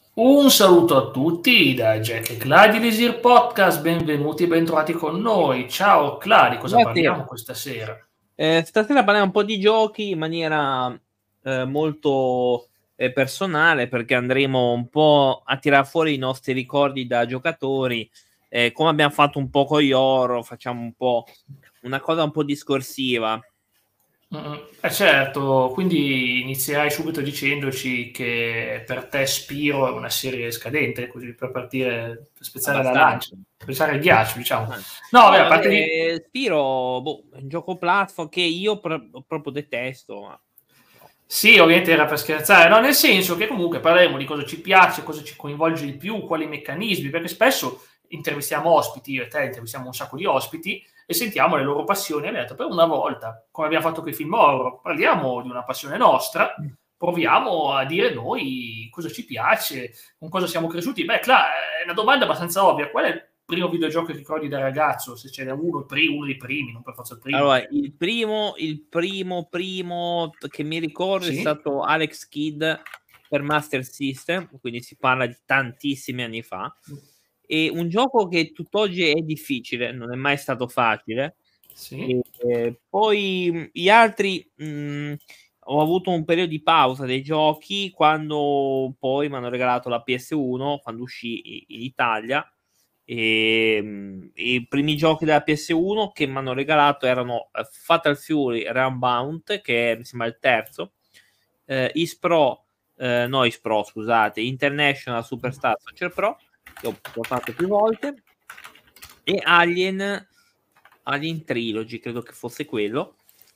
Un saluto a tutti da Jack e Clay di Lisir Podcast, benvenuti e bentrovati con noi. Ciao Clay, di cosa Buonasera. parliamo questa sera? Stasera parliamo un po' di giochi in maniera molto personale, perché andremo un po' a tirar fuori i nostri ricordi da giocatori, come abbiamo fatto un po' con Ioro, facciamo un po' una cosa un po' discorsiva. Certo, quindi inizierai subito dicendoci che per te Spiro è una serie scadente, così per partire, per spezzare la lancia, Abbastanza. per spezzare il ghiaccio, diciamo. Abbastanza. No, No, vabbè, a parte di... vabbè, Spiro, è un gioco platform che io proprio detesto. No. Sì, ovviamente era per scherzare, no? Nel senso che comunque parleremo di cosa ci piace, cosa ci coinvolge di più, quali meccanismi, perché spesso intervistiamo ospiti, io e te intervistiamo un sacco di ospiti e sentiamo le loro passioni. Abbiamo detto per una volta, come abbiamo fatto con i film horror, parliamo di una passione nostra, proviamo a dire noi cosa ci piace, con cosa siamo cresciuti. Beh, è una domanda abbastanza ovvia, qual è il primo videogioco che ricordi da ragazzo? Se ce n'è uno, uno dei primi, non per forza il primo. Allora, il primo che mi ricordo è Sì? stato Alex Kidd per Master System, quindi si parla di tantissimi anni fa. E un gioco che tutt'oggi è difficile, non è mai stato facile. Sì? E poi gli altri ho avuto un periodo di pausa dei giochi quando poi mi hanno regalato la PS1 quando uscì in Italia. I primi giochi della PS1 che mi hanno regalato erano Fatal Fury Runbound, che mi sembra il terzo, Ispro, no Ispro, scusate, International Superstar Soccer Pro, che ho portato più volte, e Alien Trilogy, credo che fosse quello,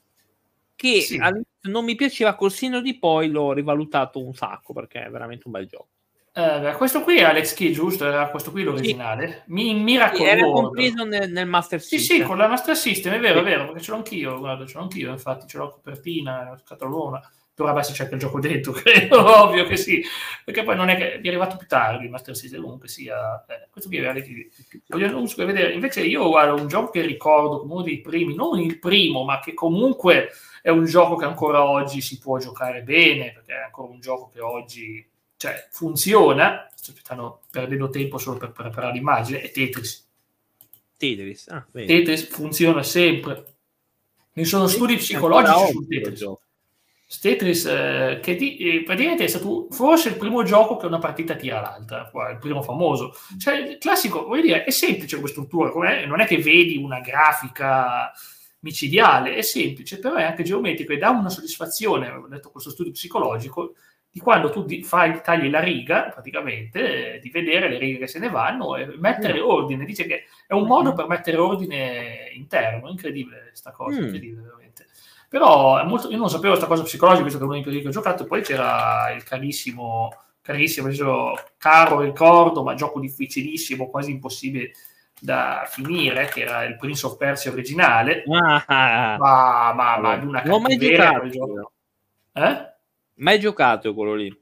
che Sì. all'inizio non mi piaceva, col senno di poi l'ho rivalutato un sacco, perché è veramente un bel gioco. Beh, questo qui è Alex Key, giusto? Era questo qui Sì, l'originale? sì, Miracle era World. compreso nel Master Sì, sì, System. con la Master System, è Sì. vero, perché ce l'ho anch'io, guarda, ce l'ho anch'io, infatti, ce l'ho copertina, la scatolona. Dovrebbe esserci anche il gioco dentro, credo, ovvio che sì. Perché poi non è che mi è arrivato più tardi il Master System, comunque sia... questo qui è Alex Key. Voglio vedere, invece io guardo un gioco che ricordo come uno dei primi, non il primo, ma che comunque è un gioco che ancora oggi si può giocare bene, perché è ancora un gioco che oggi cioè, funziona, stanno perdendo tempo solo per preparare l'immagine, è Tetris. Tetris, vedi. Tetris funziona sempre. Ci sono studi Tetris ancora psicologici sul oggi lo Tetris. gioco. Tetris, praticamente è stato forse il primo gioco che una partita tira l'altra, il primo famoso. Cioè, il classico, voglio dire, è semplice come struttura, non è che vedi una grafica micidiale, è semplice, però è anche geometrico e dà una soddisfazione, ho detto questo studio psicologico, di quando tu tagli la riga, praticamente, di vedere le righe che se ne vanno e mettere Mm. ordine. Dice che è un modo per mettere ordine interno, incredibile sta cosa, Mm. incredibile veramente. Però è molto, io non sapevo questa cosa psicologica, visto che è uno dei periodi che ho giocato, poi c'era il carissimo, caro ricordo, ma gioco difficilissimo, quasi impossibile da finire, che era il Prince of Persia originale, Ah, ma di una non ho mai cattiveria quel giocato gioco. quello. Eh? Mai giocato quello lì.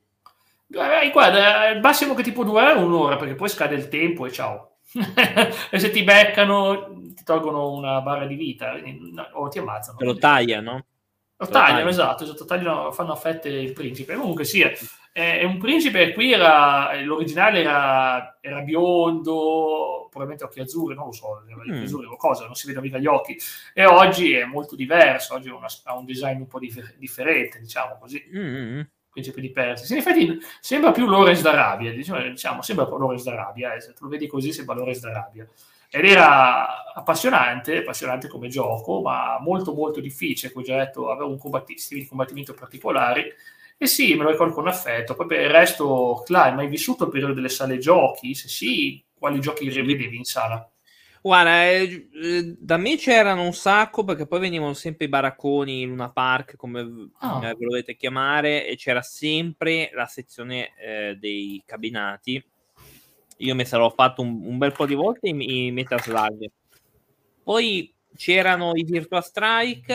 Guarda, il massimo che ti può durare è un'ora, perché poi scade il tempo e ciao. E se ti beccano, ti tolgono una barra di vita, o ti ammazzano, Te lo non mi ricordo. tagliano? Lo Te lo tagliano, tagliano? esatto, tagliano, fanno a fette il principe. Comunque sì, è un principe, qui era, l'originale era biondo, probabilmente occhi azzurri, non lo so, gli occhi Mm. azzurri o cosa, non si vedono mica gli occhi. E oggi è molto diverso, oggi ha un design un po' differente, diciamo così. Mm. Principe di Persia. Sì, in effetti sembra più Lawrence d'Arabia, diciamo, sembra un po' Lawrence d'Arabia, se tu lo vedi così sembra Lawrence d'Arabia. Ed era appassionante come gioco, ma molto molto difficile, come ho già detto, aveva stili di combattimento particolari, e sì, me lo ricordo con affetto. Poi per il resto, Clay, mai vissuto il periodo delle sale giochi? Se sì, quali giochi Sì. rivedevi in sala? Guarda, da me c'erano un sacco, perché poi venivano sempre i baracconi in Luna Park, come ve Ah, lo dovete chiamare, e c'era sempre la sezione dei cabinati. Io mi sarò fatto un bel po' di volte i Metal Slug. Poi c'erano i Virtua Strike,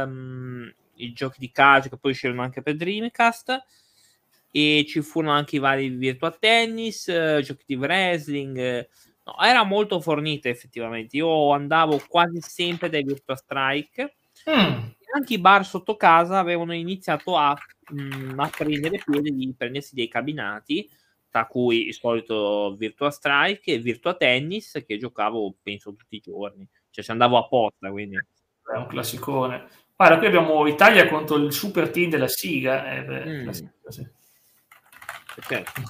i giochi di calcio che poi uscirono anche per Dreamcast, e ci furono anche i vari Virtua Tennis, giochi di wrestling. No, era molto fornita effettivamente. Io andavo quasi sempre dai Virtua Strike. mm, Anche i bar sotto casa avevano iniziato a prendere piede di prendersi dei cabinati, tra cui il solito Virtua Strike e Virtua Tennis, che giocavo penso tutti i giorni, cioè ci andavo apposta, quindi è un classicone. Guarda, qui abbiamo Italia contro il super team della Siga. Sì. Certo.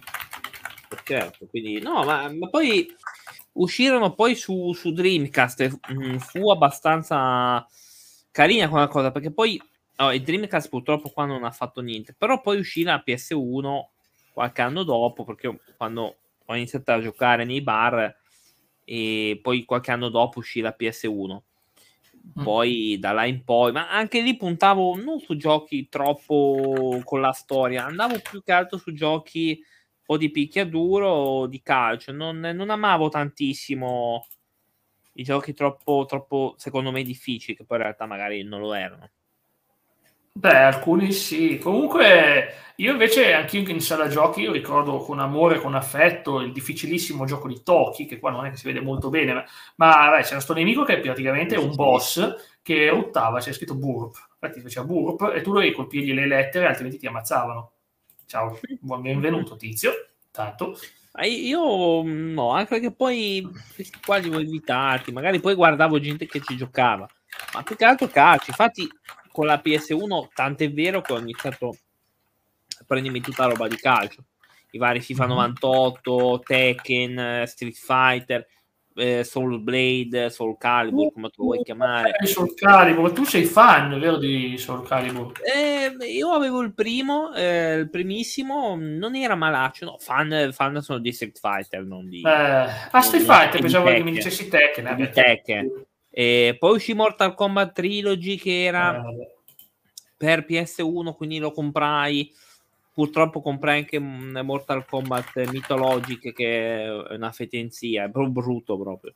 Certo, quindi no, ma poi uscirono poi su Dreamcast, fu abbastanza carina quella cosa, perché poi il Dreamcast purtroppo qua non ha fatto niente, però poi uscì la PS1 qualche anno dopo, perché quando ho iniziato a giocare nei bar, e poi qualche anno dopo uscì la PS1. Poi da là in poi, ma anche lì puntavo non su giochi troppo con la storia, andavo più che altro su giochi o di picchiaduro o di calcio. Non amavo tantissimo i giochi troppo secondo me difficili, che poi in realtà magari non lo erano. Beh, alcuni sì. Comunque io invece, anch'io in sala giochi, io ricordo con amore, con affetto, il difficilissimo gioco di Toki, che qua non è che si vede molto bene, ma beh, c'era sto nemico che praticamente è un boss che ruttava, c'è scritto burp, infatti faceva burp, e tu dovevi colpirgli le lettere, altrimenti ti ammazzavano. Ciao, benvenuto tizio, tanto. Io no, anche perché poi questi qua li ho evitati, magari poi guardavo gente che ci giocava, ma più che altro calcio. Infatti con la PS1 tant'è vero che ho iniziato a prendermi tutta la roba di calcio, i vari FIFA 98, Tekken, Street Fighter, Soul Blade, Soul Calibur, come tu vuoi chiamare. Soul Calibur, tu sei fan, vero, di Soul Calibur? Io avevo il primo, il primissimo, non era malaccio, no, fan sono di Street Fighter, non di... Street Fighter, pensavo che mi dicessi Tekken. Di Tekken. E poi uscì Mortal Kombat Trilogy, che era per PS1, quindi lo comprai. Purtroppo comprai anche Mortal Kombat Mythologic, che è una fetenzia, è proprio brutto proprio.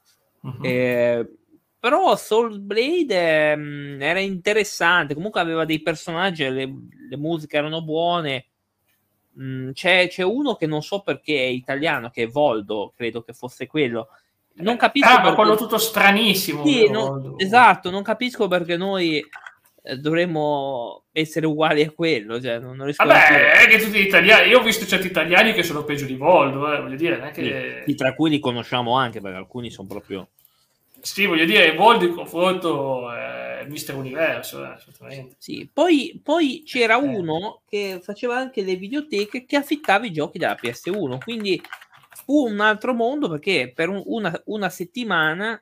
Però Soul Blade era interessante, comunque aveva dei personaggi, le musiche erano buone. C'è uno che non so perché è italiano, che è Voldo, credo che fosse quello. Non capisco perché... ma quello tutto stranissimo. Sì, esatto, non capisco perché noi dovremmo essere uguali a quello. Cioè, non riesco a è che tutti gli italiani, io ho visto certi italiani che sono peggio di Voldo, voglio dire, non è che... Sì, tra cui li conosciamo anche, perché alcuni sono proprio... Sì, voglio dire, Voldo in confronto Mister Universo, assolutamente. Sì, poi c'era uno che faceva anche le videoteche, che affittava i giochi della PS1, quindi fu un altro mondo, perché per una settimana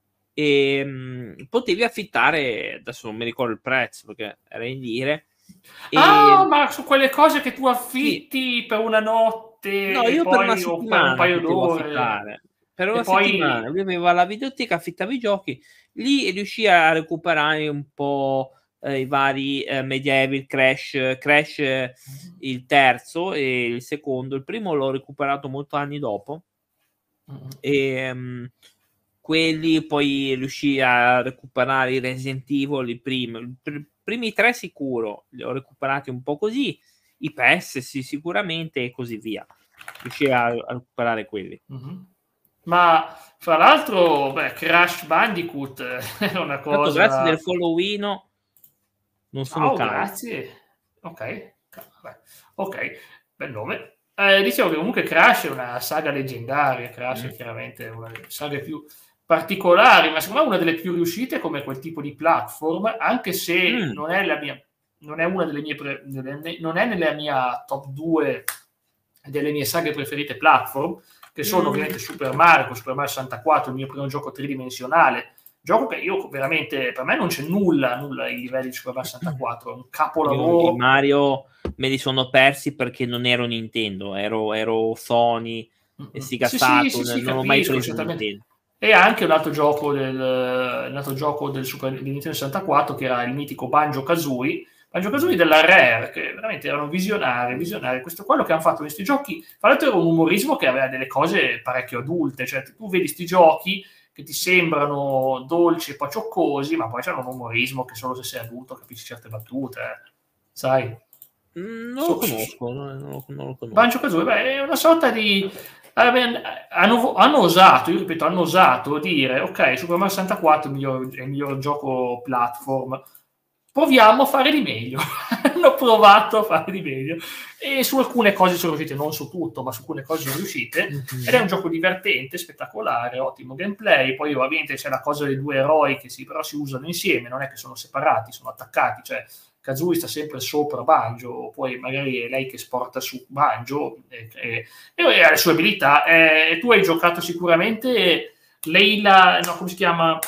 potevi affittare, adesso non mi ricordo il prezzo perché era in lire. Ma su quelle cose che tu affitti per una notte, no, io poi, per una settimana per un paio d'ore affittare. Per una settimana lui aveva la videoteca, affittava i giochi, lì riuscì a recuperare un po' i vari Medieval, Crash il terzo e il secondo. Il primo l'ho recuperato molti anni dopo. E quelli poi riuscì a recuperare i Resident Evil, i primi 3 sicuro li ho recuperati un po' così, i PS sì, sicuramente, e così via. Riuscì a recuperare quelli. Ma fra l'altro, Crash Bandicoot è una cosa... Grazie del followino, non sono grazie. Ok, bel nome. Dicevo che comunque Crash è una saga leggendaria, Crash è chiaramente una delle saghe più particolari, ma secondo me una delle più riuscite come quel tipo di platform, anche se non è la mia, non è una delle mie non è nella mia top 2 delle mie saghe preferite platform, che sono ovviamente Super Mario 64, il mio primo gioco tridimensionale, gioco che io veramente, per me non c'è nulla ai livelli di Super Mario 64, è un capolavoro. Io Mario me li sono persi perché non ero Nintendo, ero Sony e Sega Saturn, non ho mai preso Nintendo. E anche un altro gioco del Nintendo 64, che era il mitico Banjo-Kazooie della Rare, che veramente erano visionari. Questo quello che hanno fatto questi giochi, fra l'altro era un umorismo che aveva delle cose parecchio adulte, cioè tu vedi sti giochi che ti sembrano dolci e pacioccosi, ma poi c'è un umorismo che solo se sei adulto capisci certe battute, sai? Non lo conosco. Banjo-Kazooie, è una sorta di... hanno osato dire, ok, Super Mario 64 è il miglior gioco platform, proviamo a fare di meglio. Hanno provato a fare di meglio e su alcune cose sono riuscite, non su tutto, ma su alcune cose sono riuscite, ed è un gioco divertente, spettacolare, ottimo gameplay. Poi ovviamente c'è la cosa dei due eroi che però si usano insieme, non è che sono separati, sono attaccati, cioè Kazooie sta sempre sopra Banjo, poi magari è lei che sporta su Banjo e ha le sue abilità. Tu hai giocato sicuramente Leila, no, come si chiama?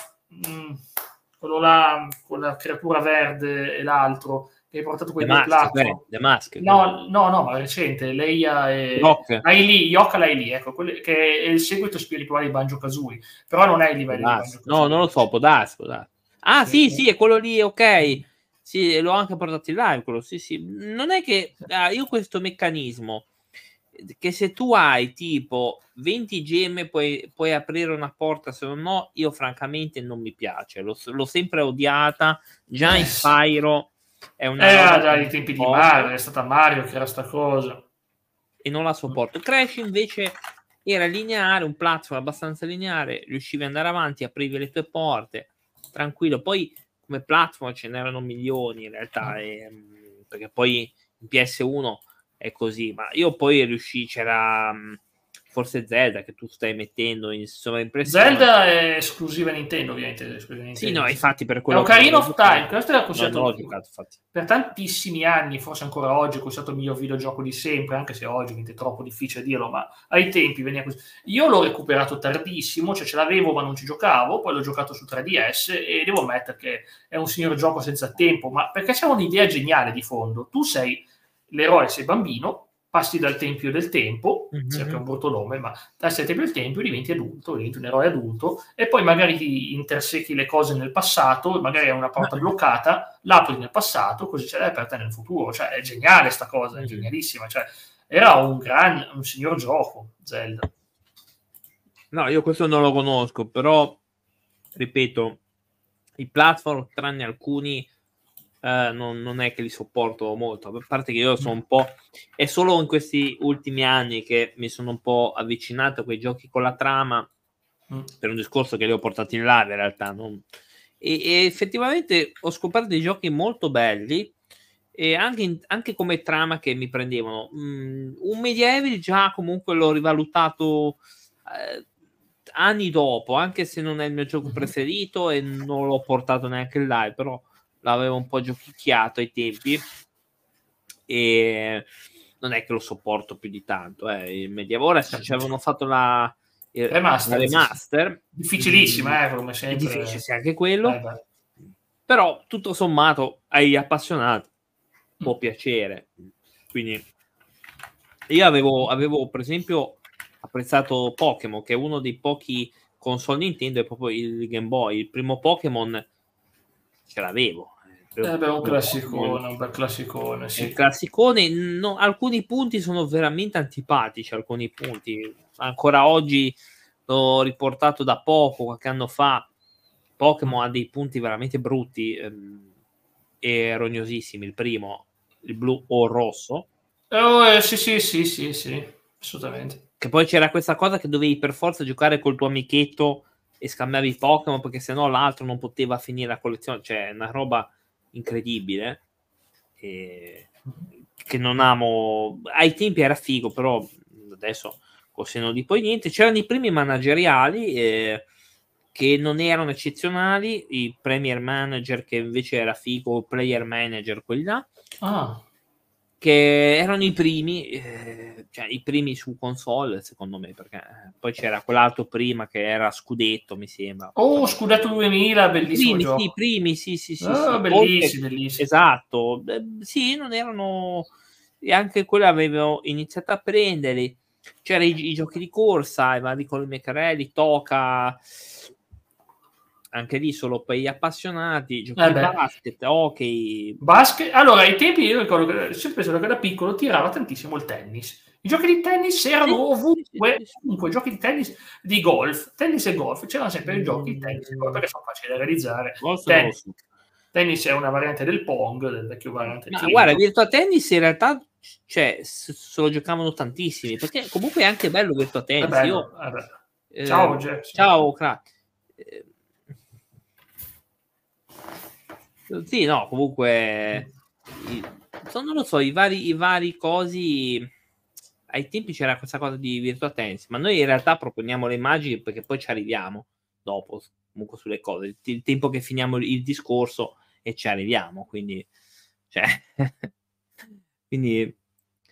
Quello là con la creatura verde e l'altro che hai portato quei due platform. The Mask. No, ma recente, Leia e Yoka Laili, ecco, che è il seguito spirituale di Banjo-Kazooie, però non è il livello di Banjo-Kazooie. No, non lo so, può darsi. Ah, sì, è quello lì, ok. Sì, l'ho anche portato in live, quello, sì. Non è che io questo meccanismo che se tu hai tipo 20 gemme puoi aprire una porta, se no io francamente non mi piace, l'ho sempre odiata, già in Spyro è una roba dai tempi di Mario, è stata Mario che era sta cosa e non la sopporto. Crash invece era lineare, un platform abbastanza lineare, riuscivi ad andare avanti, aprivi le tue porte tranquillo. Poi come platform ce n'erano milioni in realtà, perché poi in PS1 è così, ma io poi c'era forse Zelda che tu stai mettendo in sovraimpressione. Zelda è esclusiva Nintendo, ovviamente. Sì, no, infatti per quello è Ocarina of Time, questo era considerato per tantissimi anni, forse ancora oggi è considerato il miglior videogioco di sempre, anche se oggi è troppo difficile dirlo, ma ai tempi veniva così. Io l'ho recuperato tardissimo, cioè ce l'avevo ma non ci giocavo, poi l'ho giocato su 3DS e devo ammettere che è un signor gioco senza tempo, ma perché c'è un'idea geniale di fondo. Tu sei l'eroe, sei bambino, passi dal Tempio del Tempo, che è un brutto nome, ma passi dal Tempio del Tempo, diventi adulto, diventi un eroe adulto, e poi magari ti intersechi le cose nel passato, magari hai una porta bloccata, l'apri nel passato, così ce l'hai aperta nel futuro. Cioè, è geniale sta cosa, è genialissima. Cioè, era un signor gioco, Zelda. No, io questo non lo conosco, però, ripeto, i platform, tranne alcuni, non è che li sopporto molto, a parte che io sono un po', è solo in questi ultimi anni che mi sono un po' avvicinato a quei giochi con la trama, per un discorso che li ho portati in live in realtà, e effettivamente ho scoperto dei giochi molto belli e anche come trama che mi prendevano. Un Medieval già comunque l'ho rivalutato anni dopo, anche se non è il mio gioco preferito e non l'ho portato neanche in live, però l'avevo un po' giochicchiato ai tempi e non è che lo sopporto più di tanto. Il Medieval ci avevano fatto la remaster difficilissima, come sempre. È difficile, sì, anche quello, però tutto sommato agli appassionati può piacere. Quindi io avevo per esempio apprezzato Pokémon, che è uno dei pochi console Nintendo, è proprio il Game Boy. Il primo Pokémon ce l'avevo. Un bel classicone, sì. Un classicone, alcuni punti sono veramente antipatici, alcuni punti. Ancora oggi l'ho riportato da poco, qualche anno fa. Pokémon ha dei punti veramente brutti e rognosissimi. Il primo, il blu o il rosso. Sì, assolutamente. Che poi c'era questa cosa che dovevi per forza giocare col tuo amichetto e scambiavi i Pokémon, perché sennò l'altro non poteva finire la collezione. Cioè, è una roba incredibile che non amo. Ai tempi era figo, però adesso col senno di poi niente. C'erano i primi manageriali che non erano eccezionali, i Premier Manager che invece era figo, il Player Manager, quelli là, che erano i primi, cioè i primi su console secondo me, perché poi c'era quell'altro prima che era Scudetto, mi sembra. Scudetto 2000, bellissimo gioco. Sì, primi, sì. Bellissimi. Esatto, sì, non erano, e anche quello avevo iniziato a prenderli. C'erano i giochi di corsa, i vari con i Meccarelli, Toca, anche lì solo per gli appassionati, giochi di basket, hockey. Allora, ai tempi io ricordo che sempre pensato che da piccolo tirava tantissimo il tennis. I giochi di tennis erano ovunque, giochi di tennis, di golf, tennis e golf, c'erano sempre i giochi di tennis, perché sono facili da realizzare. Tennis è una variante del Pong, del vecchio variante. Ma guarda, Virtua Tennis in realtà se lo giocavano tantissimi, perché comunque è anche bello Virtua Tennis. Ciao, Jack. Ciao, crack. Sì, no, comunque non lo so, i vari cosi. Ai tempi c'era questa cosa di Virtua Tennis, ma noi in realtà proponiamo le immagini perché poi ci arriviamo dopo, comunque sulle cose. Il tempo che finiamo il discorso e ci arriviamo, quindi cioè quindi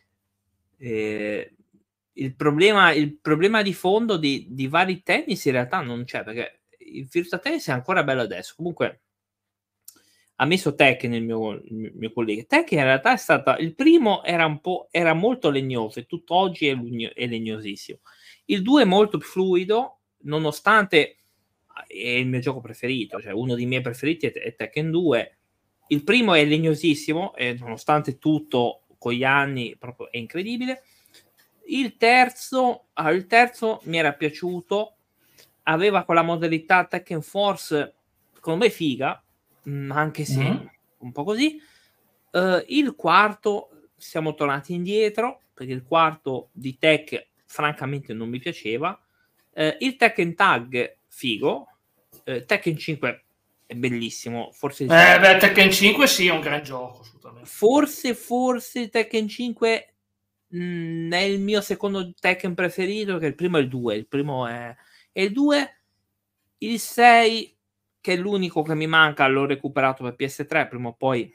il problema di fondo di vari tennis in realtà non c'è, perché il Virtua Tennis è ancora bello adesso. Comunque ha messo Tekken il mio collega. Tekken in realtà è stata il primo, era molto legnoso e tutt'oggi è legnosissimo. Il 2 è molto più fluido, nonostante è il mio gioco preferito, cioè uno dei miei preferiti è Tekken 2. Il primo è legnosissimo e nonostante tutto con gli anni proprio è incredibile. Il terzo mi era piaciuto, aveva quella modalità Tekken Force, secondo me figa, anche se un po' così. Il quarto siamo tornati indietro, perché il quarto di Tekken francamente non mi piaceva. Il Tekken Tag figo, Tekken 5 è bellissimo, forse Tekken 5 sì, è un gran gioco, assolutamente. Forse Tekken 5 è il mio secondo Tekken preferito, che il primo è il 2, il primo è il 2. Il 6, che è l'unico che mi manca, l'ho recuperato per PS3, prima o poi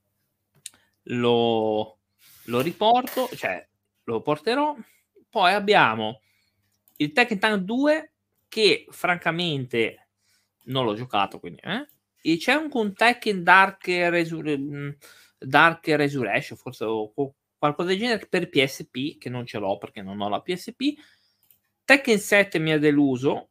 lo riporto, cioè lo porterò. Poi abbiamo il Tekken Tag 2, che francamente non l'ho giocato, quindi e c'è un Tekken Dark Resurrection, forse, o qualcosa del genere per PSP, che non ce l'ho perché non ho la PSP. Tekken 7 mi ha deluso,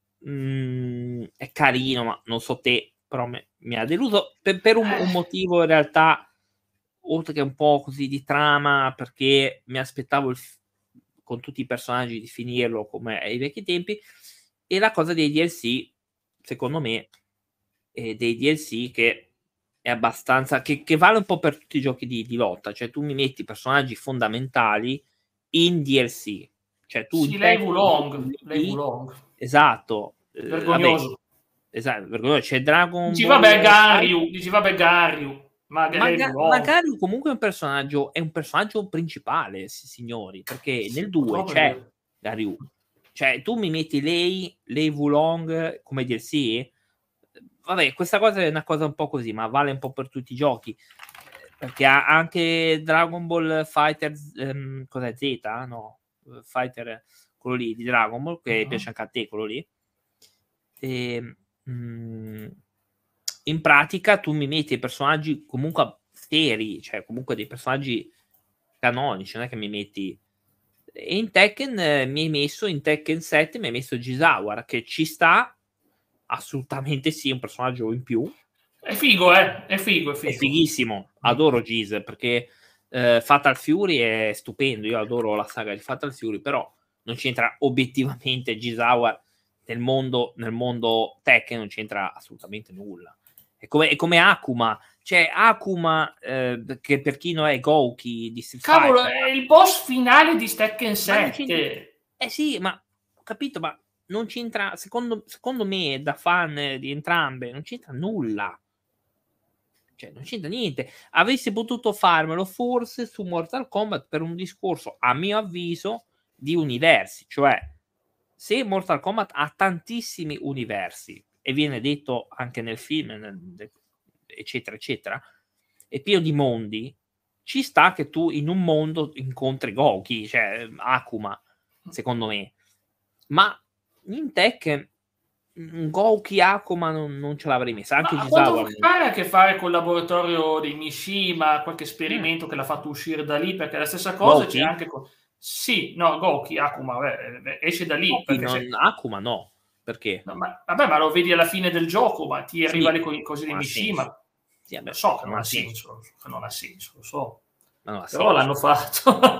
è carino, ma non so te, però mi ha deluso per un motivo in realtà, oltre che un po' così di trama, perché mi aspettavo con tutti i personaggi di finirlo come ai vecchi tempi, e la cosa dei DLC, secondo me, dei DLC che è abbastanza, che vale un po' per tutti i giochi di lotta, cioè tu mi metti personaggi fondamentali in DLC, cioè tu sì, lei Wulong. Esatto, vergognoso. Vabbè, esatto, vergognoso. C'è Dragon dici Ball, vabbè Garyu, magari comunque è un personaggio principale, signori, perché nel 2 c'è Garyu, cioè tu mi metti lei Wulong come DLC. Vabbè, questa cosa è una cosa un po' così, ma vale un po' per tutti i giochi, perché ha anche Dragon Ball Fighter, cos'è, Z? No, Fighter, quello lì di Dragon Ball, che piace anche a te, quello lì. E, in pratica tu mi metti i personaggi comunque seri, cioè comunque dei personaggi canonici, non è che mi metti. E in Tekken in Tekken 7 mi hai messo Gisawara, che ci sta, assolutamente sì, un personaggio in più. È figo, è fighissimo, adoro Giz, perché Fatal Fury è stupendo, io adoro la saga di Fatal Fury, però non c'entra obiettivamente Gisawara nel mondo Tekken, non c'entra assolutamente nulla. È come Akuma, cioè Akuma, che per chi non è Gouki di Street Cavolo, Fighter, è il boss finale di Tekken 7. Sì, ma ho capito, ma non c'entra, secondo me, da fan di entrambe, non c'entra nulla. Cioè, non c'entra niente. Avresti potuto farmelo forse su Mortal Kombat per un discorso, a mio avviso, di universi. Cioè, se Mortal Kombat ha tantissimi universi, e viene detto anche nel film, eccetera, eccetera, è pieno di mondi, ci sta che tu in un mondo incontri Gouki, cioè Akuma, secondo me. Ma in Tekken Gouki Akuma non ce l'avrei messa, anche Gisawara. Ha a che fare col laboratorio di Mishima, qualche esperimento che l'ha fatto uscire da lì, perché la stessa cosa Gouki? C'è anche con... Sì, no, Gouki, Akuma, esce da lì. Gouki Akuma no, perché? No, ma lo vedi alla fine del gioco, ma ti arriva le cose di Mishima. Sì, vabbè, lo so che non ha senso, lo so. Però l'hanno fatto.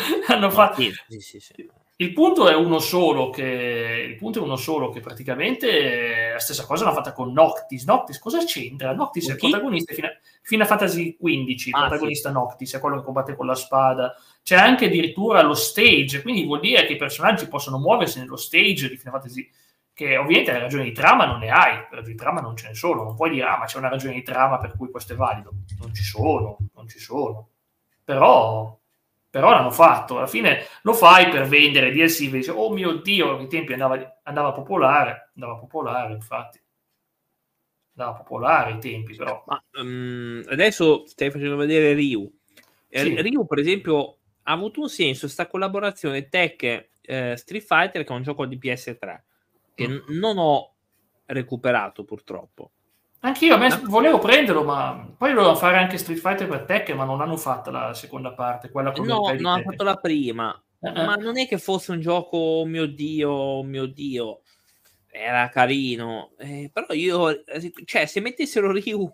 Sì. Il punto è uno solo che praticamente la stessa cosa l'ha fatta con Noctis. Noctis cosa c'entra? Noctis è il protagonista Final Fantasy XV, il protagonista Noctis è quello che combatte con la spada. C'è anche addirittura lo stage, quindi vuol dire che i personaggi possono muoversi nello stage di Final Fantasy, che ovviamente le ragioni di trama non ne hai, le ragioni di trama non ce ne sono, non puoi dire ma c'è una ragione di trama per cui questo è valido, non ci sono, però l'hanno fatto, alla fine lo fai per vendere DLC, dice, oh mio Dio, ai tempi andava popolare, infatti andava popolare ai tempi, però ma adesso stai facendo vedere Ryu. Sì. Ryu per esempio ha avuto un senso sta collaborazione Tekken Street Fighter, che è un gioco di PS3 che non ho recuperato purtroppo. Anch'io volevo prenderlo, ma poi dovevano fare anche Street Fighter per Tekken, ma non hanno fatto la seconda parte, quella con il No, replay di hanno Tekken. fatto la prima, ma non è che fosse un gioco, oh mio Dio, era carino, però io, cioè, se mettessero Ryu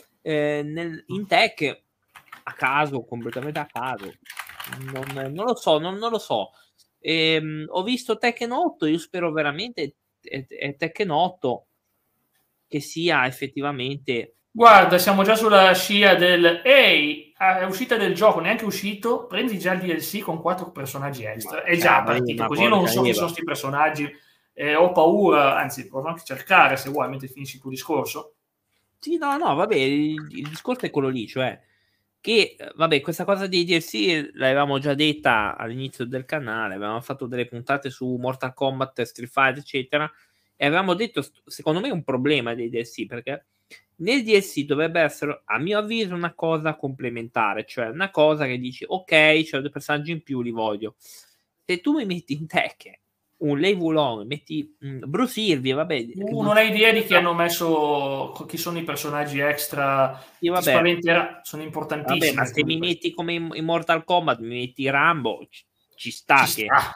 in tech a caso, completamente a caso, non lo so, non lo so. Ho visto Tekken 8, io spero veramente Tekken 8 che sia effettivamente... Guarda, siamo già sulla scia del ehi, è uscita del gioco, neanche uscito, prendi già il DLC con 4 personaggi extra, è già partito, così io non so chi sono questi personaggi, ho paura, anzi posso anche cercare se vuoi mentre finisci il tuo discorso. Sì, no, vabbè, il discorso è quello lì, cioè che, vabbè, questa cosa dei DLC l'avevamo già detta all'inizio del canale, avevamo fatto delle puntate su Mortal Kombat, Street Fighter, eccetera, e avevamo detto, secondo me, un problema dei DLC, perché nel DLC dovrebbe essere, a mio avviso, una cosa complementare, cioè una cosa che dici, ok, c'ho dei personaggi in più, li voglio. Se tu mi metti in Tekken un Lei Wulong, metti Bruce Irving, vabbè. Non hai idea di chi hanno messo, chi sono i personaggi extra, sì, ti spaventerà, sono importantissimi. Vabbè, ma se mi metti come in Mortal Kombat, mi metti Rambo, ci sta.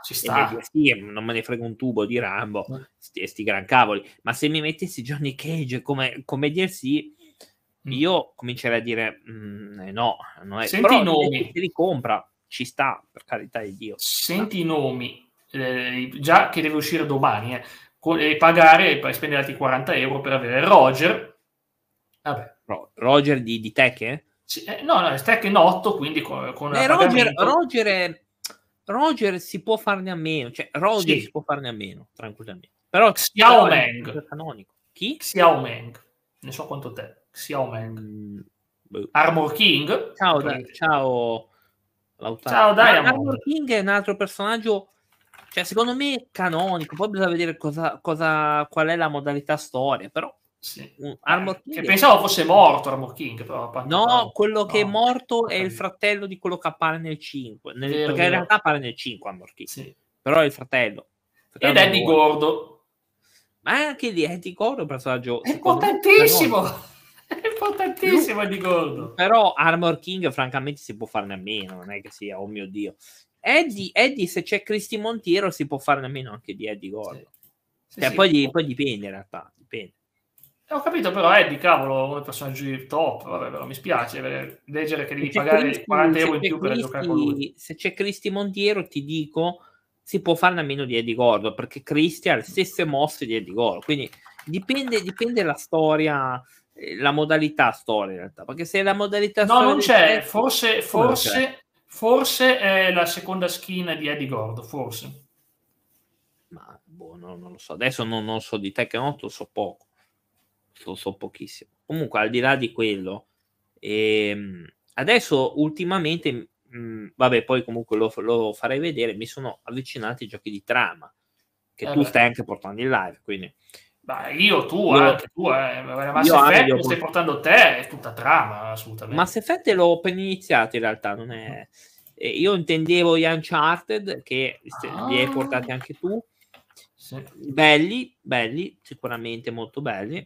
Non me ne frega un tubo di Rambo, sti gran cavoli, ma se mi mettessi Johnny Cage come DLC, io comincerei a dire no, non è. Senti però i nomi, se li compra, ci sta, per carità di Dio. Senti i nomi, già che deve uscire domani, e pagare, per spendere altri 40 euro per avere Roger. Vabbè. Roger di Tekken? Sì, no, è Tekken 8, quindi con Roger si può farne a meno, cioè Roger si può farne a meno, tranquillamente. Però Xiao Meng. È canonico. Chi? Xiao Meng. Ne so quanto te. Xiao Meng. Armor King. Ciao, Ciao Diamond. Armor King è un altro personaggio, cioè secondo me canonico, poi bisogna vedere qual è la modalità storia, però sì. Armor King che pensavo fosse morto Armor King, però quello che è morto è il fratello di quello che appare nel 5, perché in realtà appare nel 5 Armor King, sì. Però è il fratello ed Eddie Gordo, ma anche lì Eddie Gordo è un personaggio importantissimo. È importantissimo Eddie Gordo. Però Armor King francamente si può farne a meno, non è che sia, oh mio Dio. Eddie se c'è Cristi Montiero si può farne a meno anche di Eddie Gordo. Poi dipende in realtà, dipende. Ho capito, però Eddie, cavolo, uno dei personaggi top, vabbè, però mi spiace leggere che devi pagare 40 euro in più per giocare con lui. Se c'è Cristi Montiero ti dico si può farne a meno di Eddie Gordo, perché Cristi ha le stesse mosse di Eddie Gordo, quindi dipende la storia, la modalità storia in realtà, perché se la modalità storia non c'è, forse è la seconda skin di Eddie Gordo, forse. Ma non lo so, adesso non so di Tekken 8, so poco. So pochissimo. Comunque, al di là di quello, adesso ultimamente, vabbè, poi comunque lo farei vedere. Mi sono avvicinati ai giochi di trama che tu stai anche portando in live. Quindi, anche tu, Mass Effect lo stai portando te, è tutta trama, assolutamente. Mass Effect l'ho appena iniziato, in realtà, non è. Io intendevo gli Uncharted che li hai portati anche tu. Sì. Belli, sicuramente molto belli.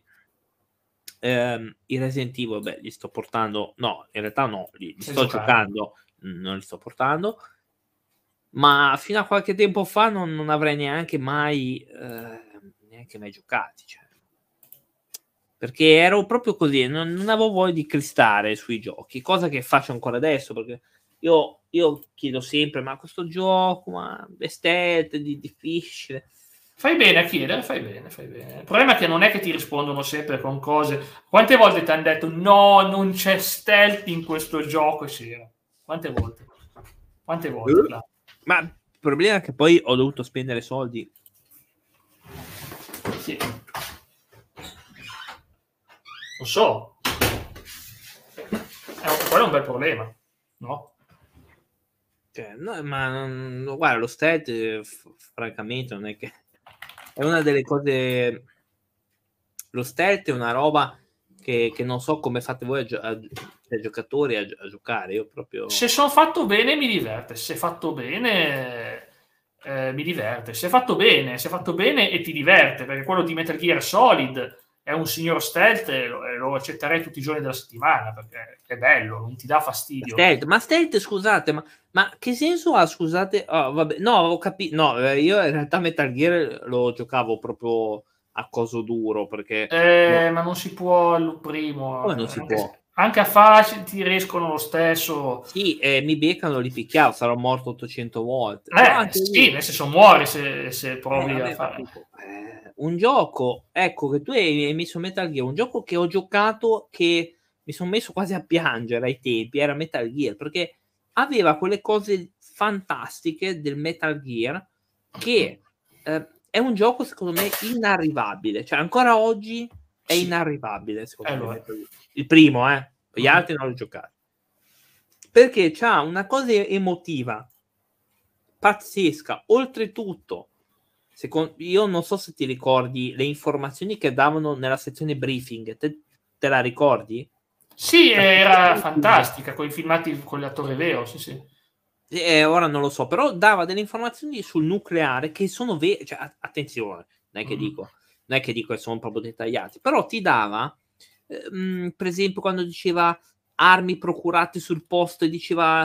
I Resident Evil, li sto portando, no, in realtà no, li sto giocando, non li sto portando, ma fino a qualche tempo fa non avrei neanche mai giocati, cioè. Perché ero proprio così, non avevo voglia di cristare sui giochi, cosa che faccio ancora adesso, perché io chiedo sempre, ma questo gioco, ma è stealth, difficile. Fai bene a chiedere, fai bene. Il problema è che non è che ti rispondono sempre con cose. Quante volte ti hanno detto no, non c'è stealth in questo gioco? C'era. Quante volte? Ma il problema è che poi ho dovuto spendere soldi Non so. Quello è un bel problema, no? Cioè, no, ma guarda, lo stealth, francamente, non è che è una delle cose. Lo stealth è una roba che non so come fate voi ai giocatori a giocare. Io proprio. Se sono fatto bene mi diverte, se fatto bene mi diverte, se fatto bene e ti diverte, perché quello di Metal Gear Solid è un signor stealth e lo accetterei tutti i giorni della settimana, perché è bello, non ti dà fastidio. Ma stealth, scusate, ma che senso ha, scusate? Oh, vabbè, no, ho capito, no, io in realtà Metal Gear lo giocavo proprio a coso duro, perché Ma non si può il primo, come non si può? anche a facile ti riescono lo stesso. Sì, mi beccano, li picchiavo, sarò morto 800 volte. Però anche Sì, lì, nel senso muori se provi a vabbè, fare. Un gioco, ecco, che tu hai messo Metal Gear, un gioco che ho giocato che mi sono messo quasi a piangere ai tempi, era Metal Gear, perché aveva quelle cose fantastiche del Metal Gear che è un gioco secondo me inarrivabile, cioè ancora oggi è Sì. inarrivabile secondo me Allora. Metal Gear. Il primo, gli altri non l'ho giocato, perché c'ha una cosa emotiva pazzesca. Oltretutto, io non so se ti ricordi le informazioni che davano nella sezione briefing, te la ricordi? Sì, La era sezione fantastica, con i filmati con l'attore vero, sì, sì. ora non lo so, però dava delle informazioni sul nucleare che sono vere, cioè, attenzione, non è che dico che sono proprio dettagliati, però ti dava, per esempio, quando diceva armi procurate sul posto e diceva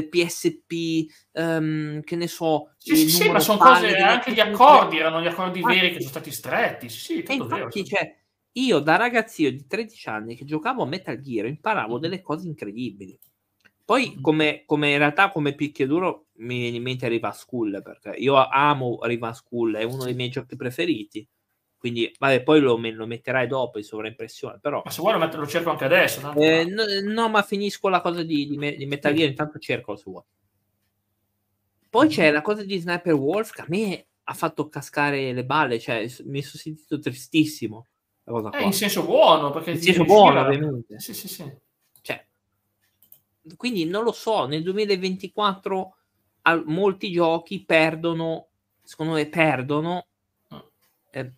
PSP, che ne so, Sì, sì, il sì, ma numero sono palle cose, delle anche gli attacchi nucleari. accordi erano gli accordi veri che sono stati stretti, sì, sì, E tutto vero. infatti, cioè, io da ragazzino di 13 anni che giocavo a Metal Gear imparavo delle cose incredibili. Poi, come in realtà, come picchiaduro, mi viene in mente Riva School, perché io amo Riva School, è uno dei miei giochi preferiti. Quindi, vabbè, poi lo metterai dopo in sovraimpressione, però. Ma se vuoi lo cerco anche adesso, tanto No, ma finisco la cosa di Metal sì. Gear, intanto cerco se vuoi. Poi c'è la cosa di Sniper Wolf che a me ha fatto cascare le balle, cioè mi sono sentito tristissimo la cosa In qua. senso buono, perché In ti senso buono, riusciva. ovviamente. Sì, sì, sì. Cioè, quindi non lo so, nel 2024 molti giochi perdono, secondo me perdono eh,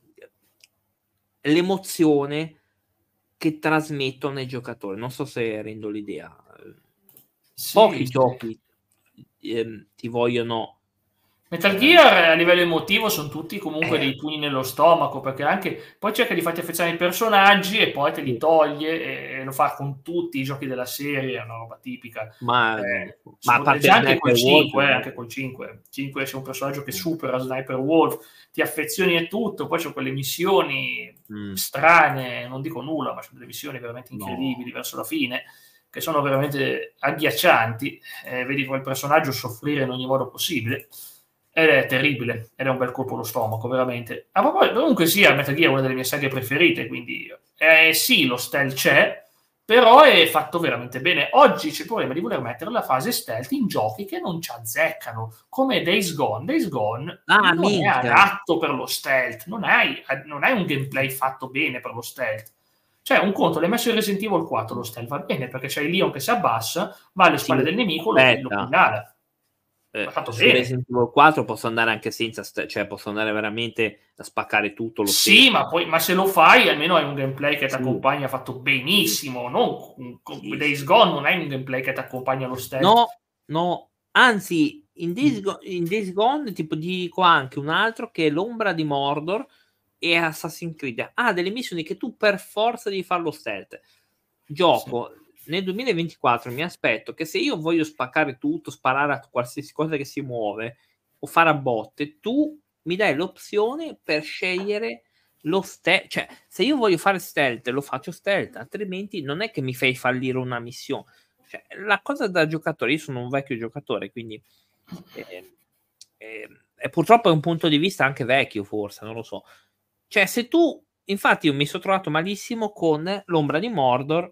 l'emozione che trasmettono ai giocatori. Non so se rendo l'idea. Pochi Sì, sì. giochi ti vogliono. Metal Gear a livello emotivo sono tutti comunque Eh, dei pugni nello stomaco, perché anche poi cerca di farti affezionare i personaggi e poi te li toglie e lo fa con tutti i giochi della serie, è una roba tipica. ma non lo so. Ma a parte Già anche Sniper col Wolf, 5, anche col 5. 5 c'è un personaggio che supera Sniper Wolf, ti affezioni e tutto, poi c'è quelle missioni strane, non dico nulla, ma sono delle missioni veramente incredibili verso la fine, che sono veramente agghiaccianti, vedi quel personaggio soffrire in ogni modo possibile. Ed è terribile, ed è un bel colpo allo stomaco, veramente. A proposito, comunque sia, Metal Gear è una delle mie saghe preferite, quindi sì, lo stealth c'è, però è fatto veramente bene. Oggi c'è il problema di voler mettere la fase stealth in giochi che non ci azzeccano, come Days Gone. Days Gone non è minchia. adatto per lo stealth, non hai un gameplay fatto bene per lo stealth. Cioè, un conto, l'hai messo in Resident Evil 4, lo stealth va bene, perché c'hai Leon che si abbassa, va alle spalle del nemico, lo Aspetta. pugnala. Va fatto Su bene. Resident Evil 4 posso andare anche senza, cioè posso andare veramente a spaccare tutto lo Sì, stesso. ma se lo fai, almeno hai un gameplay che ti Sì. accompagna fatto benissimo. Non con Days Gone non hai un gameplay che ti accompagna lo stealth. No, anzi, in Days Gone tipo dico anche un altro che è l'Ombra di Mordor e Assassin's Creed. Ha delle missioni che tu per forza devi fare lo stealth. Gioco nel 2024, mi aspetto che se io voglio spaccare tutto, sparare a qualsiasi cosa che si muove o fare a botte, tu mi dai l'opzione per scegliere lo stealth. Cioè, se io voglio fare stealth, lo faccio stealth, altrimenti non è che mi fai fallire una missione. Cioè, la cosa da giocatore, io sono un vecchio giocatore, quindi purtroppo è un punto di vista anche vecchio, forse, non lo so. Cioè, se tu, infatti, io mi sono trovato malissimo con l'Ombra di Mordor.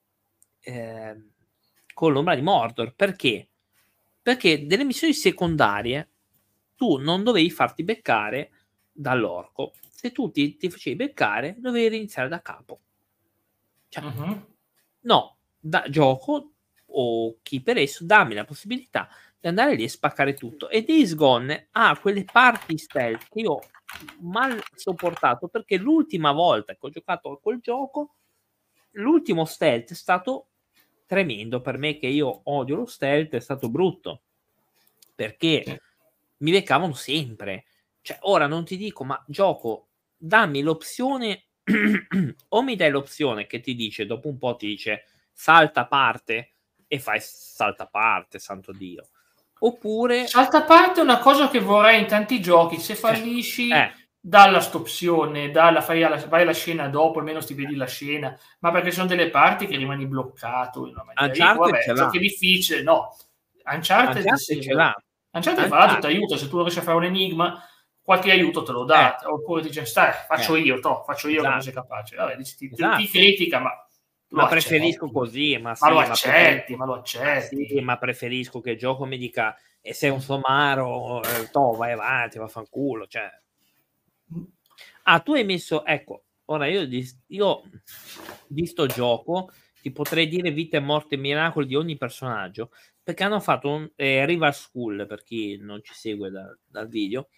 Con l'Ombra di Mordor, perché? Perché delle missioni secondarie tu non dovevi farti beccare dall'orco. Se tu ti facevi beccare, dovevi iniziare da capo. Cioè, Mhm. no, gioco o chi per esso, dammi la possibilità di andare lì e spaccare tutto. E Days Gone ha quelle parti stealth che io ho mal sopportato, perché l'ultima volta che ho giocato a quel gioco, l'ultimo stealth è stato tremendo per me, che io odio lo stealth, è stato brutto, perché Sì. mi beccavano sempre. Cioè, ora non ti dico, ma gioco, dammi l'opzione o mi dai l'opzione che ti dice, dopo un po' ti dice salta parte e fai salta parte, santo Dio. Oppure Salta a parte è una cosa che vorrei in tanti giochi. Se eh, fallisci, eh, dalla stopzione, vai alla scena dopo, almeno ti vedi la scena. Ma perché sono delle parti che rimani bloccato in una maniera. Dico, Uncharted ce vabbè, l'ha. giochi difficili, no. Uncharted Uncharted sì, è ce l'ha. vero. Uncharted fra l'altro ti Uncharted, aiuta, se tu non riesci a fare un enigma, qualche aiuto te lo dà. Oppure ti dice, stai, faccio io che non sei esatto, capace. Vabbè, ti esatto. critica, ma lo Ma preferisco accetti. così, ma Ma lo sì, accetti, ma lo ma sì, accetti. ma preferisco che il gioco mi dica e sei un somaro, vai avanti, vaffanculo, cioè. Ah, tu hai messo, ecco, ora io di sto gioco ti potrei dire vita e morte e miracoli di ogni personaggio, perché hanno fatto un Rival School, per chi non ci segue dal video.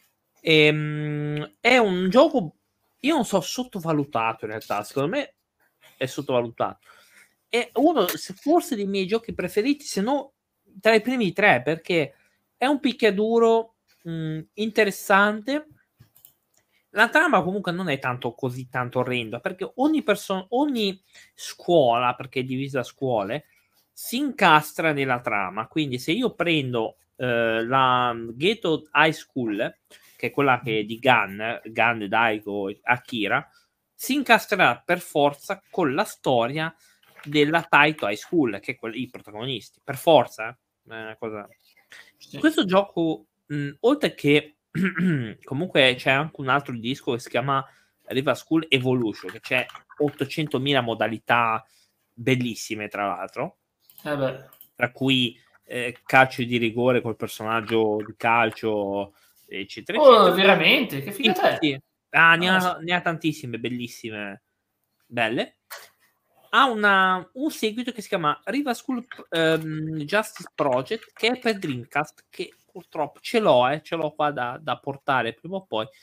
È un gioco, io non so, sottovalutato in realtà, secondo me è sottovalutato. È uno forse dei miei giochi preferiti, se no tra i primi tre, perché è un picchiaduro interessante. La trama comunque non è così tanto orrenda, perché ogni scuola, perché è divisa a scuole, si incastra nella trama. Quindi se io prendo la Ghetto High School, che è quella che è di Gun, Daigo, Akira, si incastrerà per forza con la storia della Taito High School, che è i protagonisti. Per forza, è una cosa. Sì. Questo gioco, oltre che comunque c'è anche un altro disco che si chiama Riva School Evolution, che c'è 800.000 modalità bellissime, tra l'altro, tra cui calcio di rigore col personaggio di calcio, eccetera, Oh, eccetera. veramente? Che Sì, figata sì, è? sì. Ne ha tantissime, bellissime, belle. Ha un seguito che si chiama Riva School Justice Project, che è per Dreamcast, che purtroppo ce l'ho qua da portare prima o poi,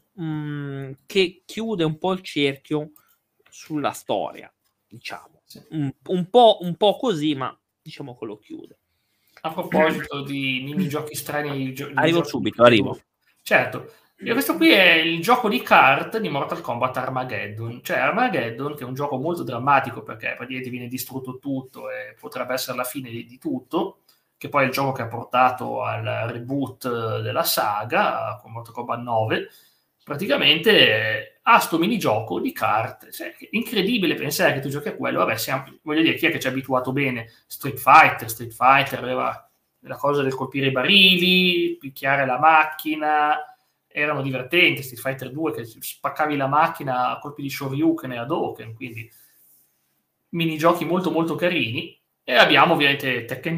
che chiude un po' il cerchio sulla storia, diciamo. Sì. Un po' così, ma diciamo che lo chiude. A proposito di minigiochi strani, Arrivo minigiochi di subito, arrivo. picchiaduro. Certo, questo qui è il gioco di kart di Mortal Kombat Armageddon. Cioè Armageddon, che è un gioco molto drammatico perché praticamente viene distrutto tutto e potrebbe essere la fine di tutto, che poi è il gioco che ha portato al reboot della saga con Mortal Kombat 9. Praticamente ha sto minigioco di carte. Cioè, incredibile pensare che tu giochi a quello. Vabbè, voglio dire, chi è che ci ha abituato bene? Street Fighter aveva la cosa del colpire i barili, picchiare la macchina, erano divertenti. Street Fighter 2 che spaccavi la macchina a colpi di Shoryuken e Hadouken, quindi minigiochi molto molto carini. E abbiamo ovviamente Tekken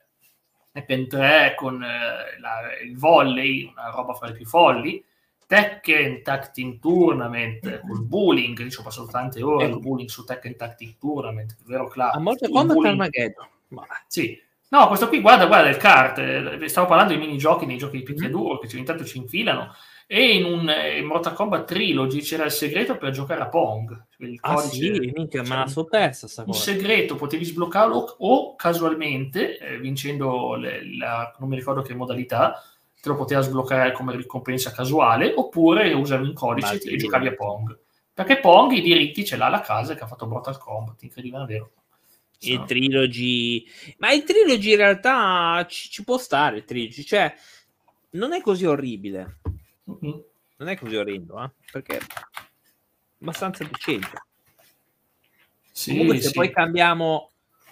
3 con il volley, una roba fra le più folli. Tekken Tag Team Tournament col bowling, io ci ho passato tante ore al bowling su Tekken Tag Team Tournament, vero A Cla? Mortal Il Kombat bowling. Armageddon. Sì. No, questo qui, guarda il kart, stavo parlando di minigiochi nei giochi di picchiaduro che intanto ci infilano, e in Mortal Kombat Trilogy c'era il segreto per giocare a Pong, il codice, Sì, minchia, me cioè, la so persa sta un cosa. segreto, potevi sbloccarlo o casualmente, vincendo non mi ricordo che modalità, te lo poteva sbloccare come ricompensa casuale, oppure usavi un codice e giocavi a Pong. Perché Pong i diritti ce l'ha la casa che ha fatto Mortal Kombat, incredibile, vero? Il Trilogy, ma il Trilogy in realtà ci può stare, il Trilogy, cioè non è così orribile, non è così orrendo, perché è abbastanza decente. Sì, comunque se sì. poi cambiamo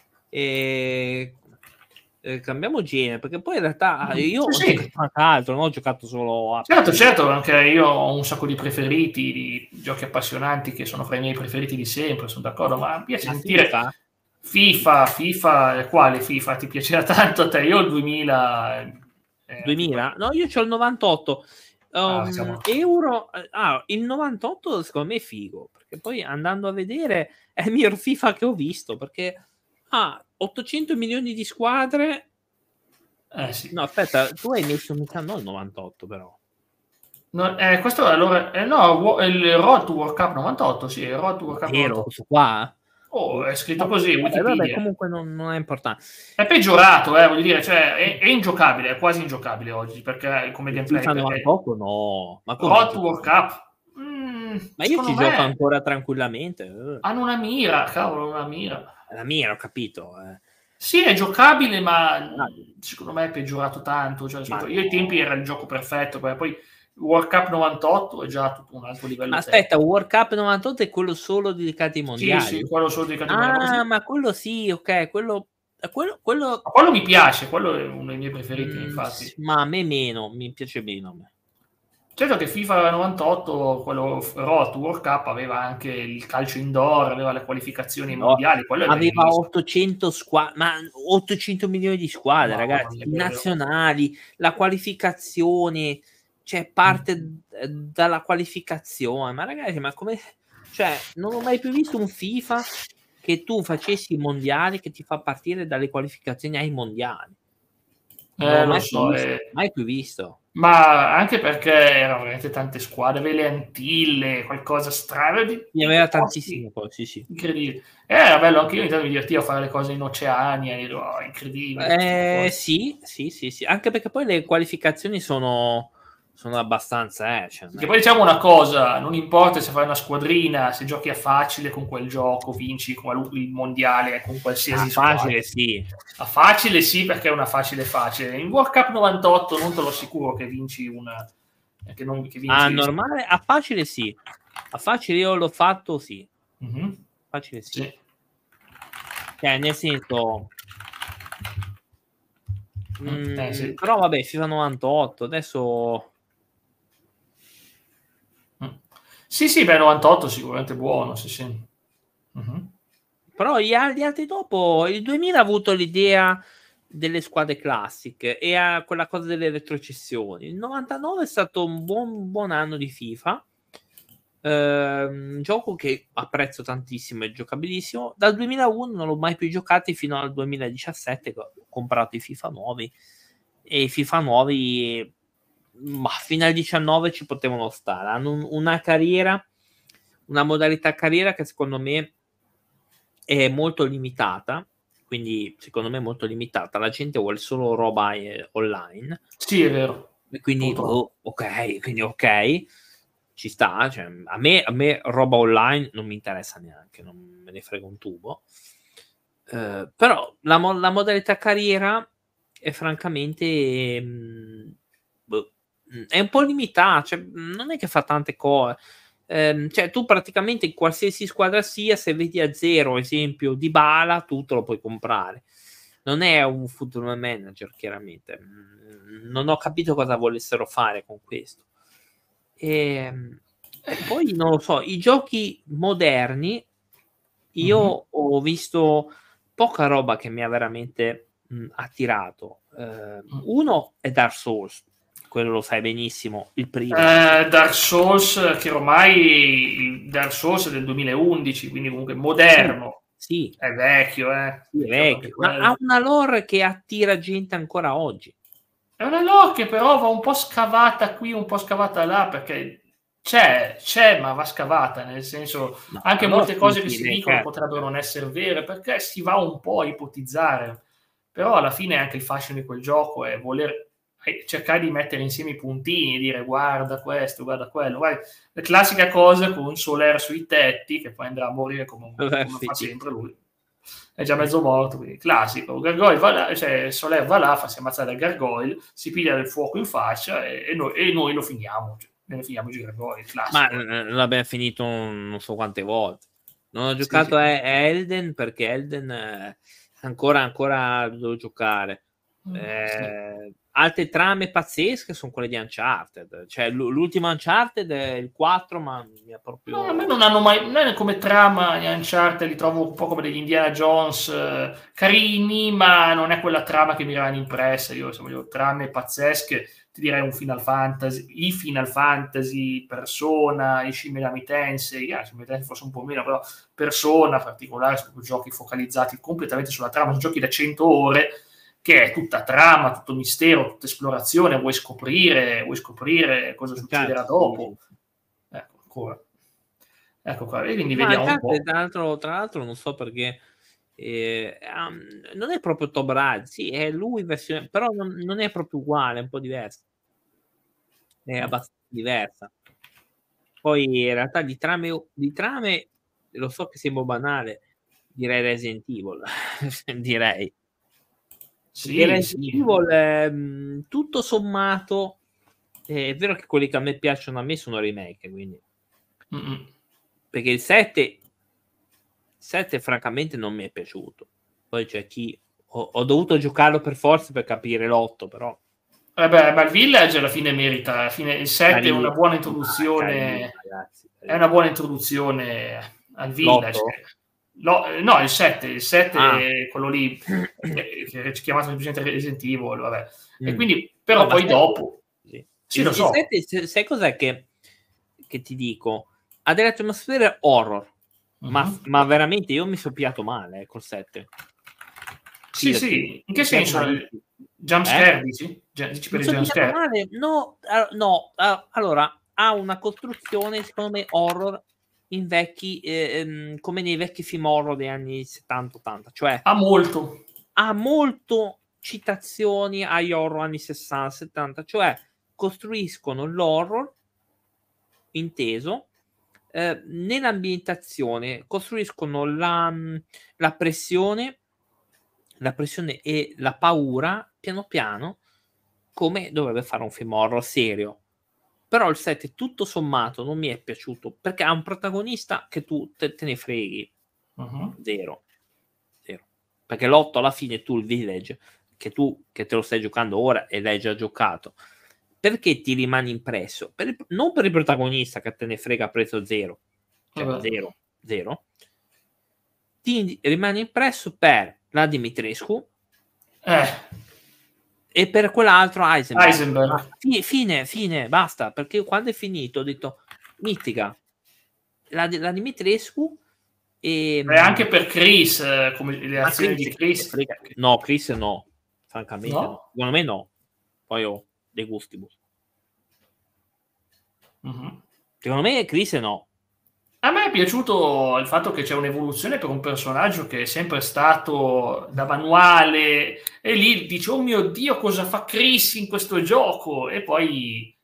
genere, perché poi in realtà io ho giocato anche altro, non ho giocato solo a certo, anche io ho un sacco di preferiti, di giochi appassionanti che sono fra i miei preferiti di sempre, sono d'accordo, ma mi piace sentire FIFA, quale FIFA ti piaceva tanto a te? Io ho il 2000. 2000? No, io c'ho il 98. Euro, il 98 secondo me è figo, perché poi andando a vedere è il miglior FIFA che ho visto, perché ha 800 milioni di squadre. Sì. No, aspetta, tu hai messo mica no il 98 però. No, questo allora, no, il Road to World Cup 98, sì, il Road to World Cup Vero, 98. questo qua? Oh, è scritto così, Vabbè, Wikipedia. comunque non è importante. È peggiorato, voglio dire, cioè è ingiocabile, è quasi ingiocabile oggi, perché come gameplay, FIFA perché 98 no, ma come Road to World Cup, ma io secondo ci gioco me ancora tranquillamente. hanno una mira, cavolo, una mira. La mia, ho capito. Sì, è giocabile, ma secondo me è peggiorato tanto. Cioè, io ai tempi era il gioco perfetto, poi World Cup 98 è già tutto un altro livello. Aspetta, World Cup 98 è quello solo dedicato ai mondiali? Sì, quello solo dedicato ai mondiali. Ma quello sì, ok, quello Mi piace, quello è uno dei miei preferiti, infatti. Ma a me meno, mi piace meno a me. Certo che FIFA 98, quello Road World Cup, aveva anche il calcio indoor, aveva le qualificazioni mondiali, quello è aveva bellissimo. 800 squadre, ma 800 milioni di squadre, ragazzi, nazionali, la qualificazione, cioè parte dalla qualificazione, ma ragazzi, ma come, cioè, non ho mai più visto un FIFA che tu facessi i mondiali che ti fa partire dalle qualificazioni ai mondiali. Non Lo so, mai più visto. Ma anche perché erano veramente tante squadre, avevi le Antille, qualcosa strano. Ne aveva tantissime poi, sì. Incredibile. Era bello, anche io ogni tanto mi divertivo a fare le cose in Oceania, incredibile. Sì, anche perché poi le qualificazioni sono abbastanza... Che poi diciamo una cosa, non importa se fai una squadrina, se giochi a facile con quel gioco, vinci il mondiale con qualsiasi squadra. Facile sì. A facile sì, perché è una facile. In World Cup 98 non te lo assicuro che vinci una... Che vinci... A normale, a facile sì. A facile io l'ho fatto sì. Facile sì. Cioè, nel senso... sì. Però vabbè, FIFA 98, adesso... Sì, beh, 98 sicuramente buono, sì. Però gli altri dopo, il 2000 ha avuto l'idea delle squadre classiche e a quella cosa delle retrocessioni. Il 99 è stato un buon anno di FIFA, un gioco che apprezzo tantissimo, è giocabilissimo. Dal 2001 non l'ho mai più giocato fino al 2017 che ho comprato i FIFA nuovi, e i FIFA nuovi ma fino al 19 ci potevano stare. Hanno una carriera, una modalità carriera che secondo me è molto limitata, quindi secondo me è molto limitata. La gente vuole solo roba online. Sì, è vero. E quindi ok, ci sta. Cioè, a me roba online non mi interessa neanche, non me ne frega un tubo. Però la modalità carriera è francamente è un po' limitata, cioè, non è che fa tante cose. Cioè, tu praticamente in qualsiasi squadra sia, se vedi a zero, esempio Dybala, tu te lo puoi comprare. Non è un football manager, chiaramente. Non ho capito cosa volessero fare con questo. E poi non lo so, i giochi moderni, io ho visto poca roba che mi ha veramente attirato. Uno è Dark Souls, quello lo sai benissimo, il primo. Dark Souls, che ormai Dark Souls è del 2011, quindi comunque moderno. Sì. È vecchio, Sì, è vecchio, ma ha una lore che attira gente ancora oggi. È una lore che però va un po' scavata qui, un po' scavata là, perché c'è, ma va scavata, nel senso, anche molte cose che si dicono potrebbero non essere vere, perché si va un po' a ipotizzare. Però alla fine anche il fascino di quel gioco è voler cercare di mettere insieme i puntini e dire guarda questo, guarda quello. La classica cosa con Soler sui tetti, che poi andrà a morire come fa sempre lui. È già mezzo morto, quindi classico. Gargoyle va là, cioè Soler va là, fa ammazzare dal Gargoyle, si piglia del fuoco in faccia e noi lo finiamo. Cioè, ne finiamo il Gargoyle, classico. Ma l'abbiamo finito non so quante volte. Non ho giocato a Elden perché Elden ancora devo giocare. altre trame pazzesche sono quelle di Uncharted. Cioè, l'ultimo Uncharted è il 4, ma mi ha proprio... No, a me non hanno mai, non come trama gli Uncharted, li trovo un po' come degli Indiana Jones, carini, ma non è quella trama che mi rimane impressa. Io, se voglio trame pazzesche, ti direi un Final Fantasy, i Final Fantasy, Persona, i Shin Megami Tensei, Shin Megami Tensei forse un po' meno, però Persona in particolare, sono giochi focalizzati completamente sulla trama, sono giochi da 100 ore, che è tutta trama, tutto mistero, tutta esplorazione, vuoi scoprire cosa succederà dopo. Ecco, ancora. Ecco qua, e quindi vediamo un po'. Tra l'altro non so perché non è proprio Tomb Raider, sì, è lui versione, però non è proprio uguale, è un po' diversa. È abbastanza diversa. Poi in realtà di trame lo so che sembra banale, direi Resident Evil. direi. Sì, Resident Evil, tutto sommato, è vero che quelli che a me piacciono a me sono remake, quindi perché il 7 francamente non mi è piaciuto. Poi c'è chi ho dovuto giocarlo per forza per capire l'8, però ma il Village alla fine merita, il 7 è una buona introduzione, ragazzi. È una buona introduzione al Village. No, il 7 è quello lì che è chiamato semplicemente Resident Evil, vabbè. E quindi, però poi dopo... Sì, lo so. Il 7, sai cos'è che ti dico? Ha delle atmosfere horror, ma veramente io mi sono piato male col 7. Sì. In che senso? Jumpscare, dici? Dici per il jumpscare? No, allora, ha una costruzione, secondo me, horror in vecchi, come nei vecchi film horror degli anni 70-80. Cioè, ha molto citazioni agli horror anni 60-70, cioè costruiscono l'horror inteso nell'ambientazione, costruiscono la pressione e la paura piano piano, come dovrebbe fare un film horror serio. Però il 7 tutto sommato non mi è piaciuto perché ha un protagonista che tu te ne freghi. Zero. Perché l'8 alla fine tu il Village che te lo stai giocando ora e l'hai già giocato, perché ti rimane impresso? Non per il protagonista che te ne frega preso zero, cioè zero, ti rimane impresso per la Dimitrescu e per quell'altro Heisenberg. Fine, basta, perché quando è finito ho detto mitica la Dimitrescu e anche per Chris, come le azioni di Chris. No, Chris no, francamente no. Secondo me no, poi ho dei gustibus. Secondo me Chris no. A me è piaciuto il fatto che c'è un'evoluzione per un personaggio che è sempre stato da manuale e lì dice oh mio Dio cosa fa Chris in questo gioco e poi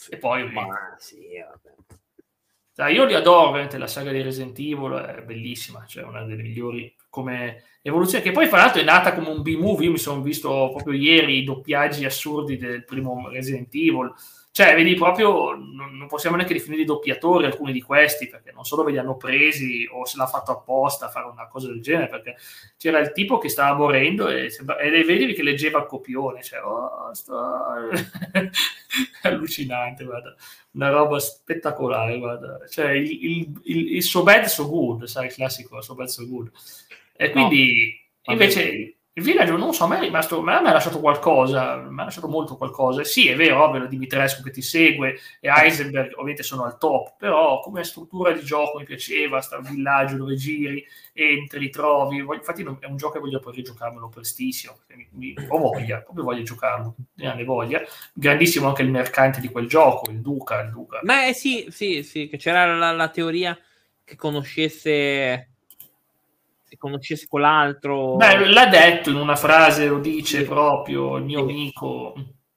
io li adoro, veramente la saga di Resident Evil è bellissima, cioè una delle migliori come evoluzione, che poi fra l'altro è nata come un B-movie. Io mi sono visto proprio ieri i doppiaggi assurdi del primo Resident Evil, cioè vedi proprio, non possiamo neanche definire doppiatori alcuni di questi, perché non so dove li hanno presi o se l'ha fatto apposta a fare una cosa del genere, perché c'era il tipo che stava morendo e vedevi che leggeva il copione, cioè è allucinante, guarda, una roba spettacolare, guarda, cioè il so bad so good, sai, il classico so bad so good, e quindi invece il Village, non so, a me ha lasciato qualcosa, mi ha lasciato molto qualcosa. Sì, è vero, ovvio, Dimitrescu che ti segue e Heisenberg ovviamente sono al top, però come struttura di gioco mi piaceva, sta un villaggio dove giri, entri, trovi, infatti è un gioco che voglio poi rigiocarmelo prestissimo, ho voglia, proprio voglio giocarlo, ne voglia. Grandissimo anche il mercante di quel gioco, il Duca. Ma sì, che c'era la teoria che conoscesse quell'altro. Beh, l'ha detto in una frase, lo dice proprio il mio amico.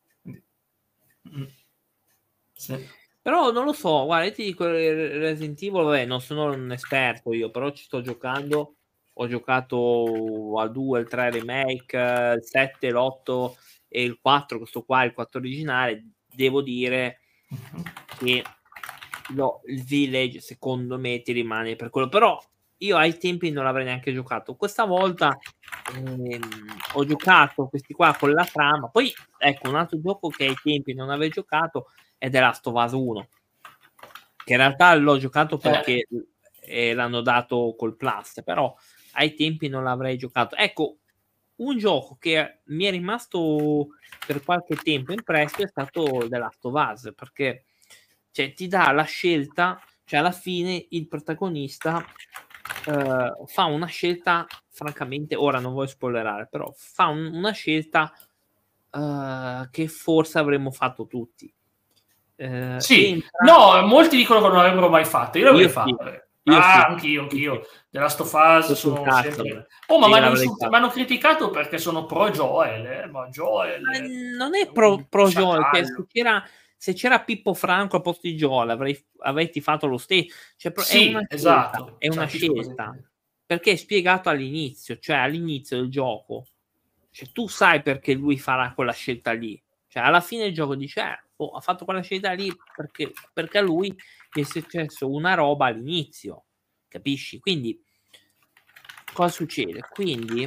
Sì. Però non lo so, guarda, io ti dico Resident Evil, vabbè, non sono un esperto io, però ci sto giocando, ho giocato al 2, il 3 remake, il 7, l'8 e il 4, questo qua, il 4 originale. Devo dire che il Village secondo me ti rimane per quello, però io ai tempi non l'avrei neanche giocato. Questa volta ho giocato questi qua con la trama. Poi ecco, un altro gioco che ai tempi non avevo giocato è The Last of Us 1, che in realtà l'ho giocato perché l'hanno dato col Plus, però ai tempi non l'avrei giocato. Ecco, un gioco che mi è rimasto per qualche tempo impresso è stato The Last of Us, perché cioè, ti dà la scelta, cioè alla fine il protagonista fa una scelta, francamente, ora non voglio spoilerare, però fa una scelta che forse avremmo fatto tutti. Sì, no, molti dicono che non l'avrebbero mai fatto, io l'avrei Io sì, fatto. io sì. Anch'io. The Last of Us Sotto il sono cazzo, sempre... Oh, ma sì, mi l'avrei fatto. hanno criticato perché sono pro Joel, ma Joel... Ma non è un pro Joel, cioè, sciacallo. se c'era Pippo Franco al posto di Joel avrei tifato lo stesso. Cioè, è una Sì, scelta, esatto. è una Capisco cosa scelta. intendi. Perché è spiegato all'inizio, cioè all'inizio del gioco. Cioè, tu sai perché lui farà quella scelta lì. Cioè, alla fine il gioco dice, ha fatto quella scelta lì perché a lui gli è successo una roba all'inizio. Capisci? Quindi, cosa succede? Quindi,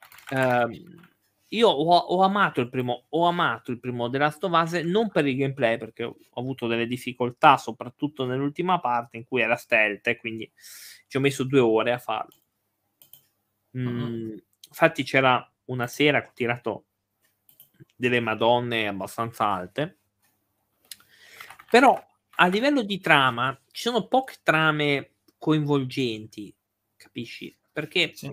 io ho amato il primo The Last of Us, non per il gameplay, perché ho avuto delle difficoltà, soprattutto nell'ultima parte in cui era stealth, e quindi ci ho messo 2 ore a farlo. Infatti c'era una sera che ho tirato delle madonne abbastanza alte, però a livello di trama ci sono poche trame coinvolgenti, capisci? Perché Sì.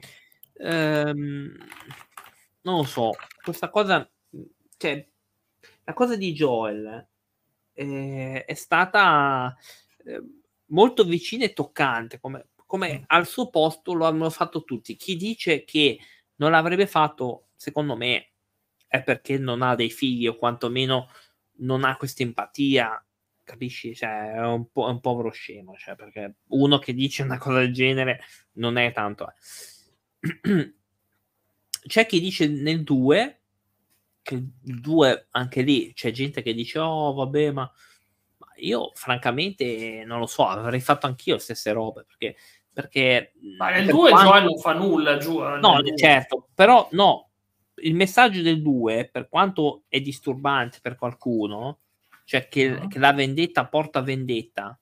non lo so, questa cosa, cioè la cosa di Joel è stata molto vicina e toccante, come al suo posto lo hanno fatto tutti. Chi dice che non l'avrebbe fatto, secondo me, è perché non ha dei figli o quantomeno non ha questa empatia, capisci? Cioè, è un povero scemo, cioè, perché uno che dice una cosa del genere non è tanto. C'è chi dice nel 2 che il 2 anche lì c'è gente che dice oh vabbè ma io francamente non lo so, avrei fatto anch'io le stesse robe perché Ma nel per 2 quanto... Joel non fa nulla giù No, nel 2. certo, però no, il messaggio del 2, per quanto è disturbante per qualcuno, cioè che la vendetta porta vendetta,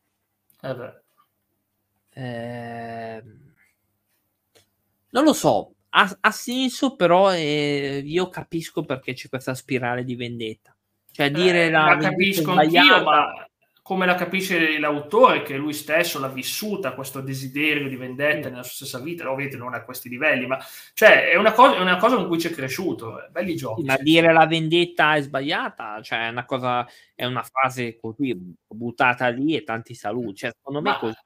non lo so, ha senso, però io capisco perché c'è questa spirale di vendetta. Cioè dire la La vendetta è capisco anch'io, sbagliata... ma come la capisce l'autore, che lui stesso l'ha vissuta, questo desiderio di vendetta nella sua stessa vita, ovviamente non a questi livelli, ma cioè è una cosa con cui c'è cresciuto, belli giochi. Ma dire la vendetta è sbagliata, cioè è una cosa, è una frase così buttata lì e tanti saluti, cioè secondo me è Ma così.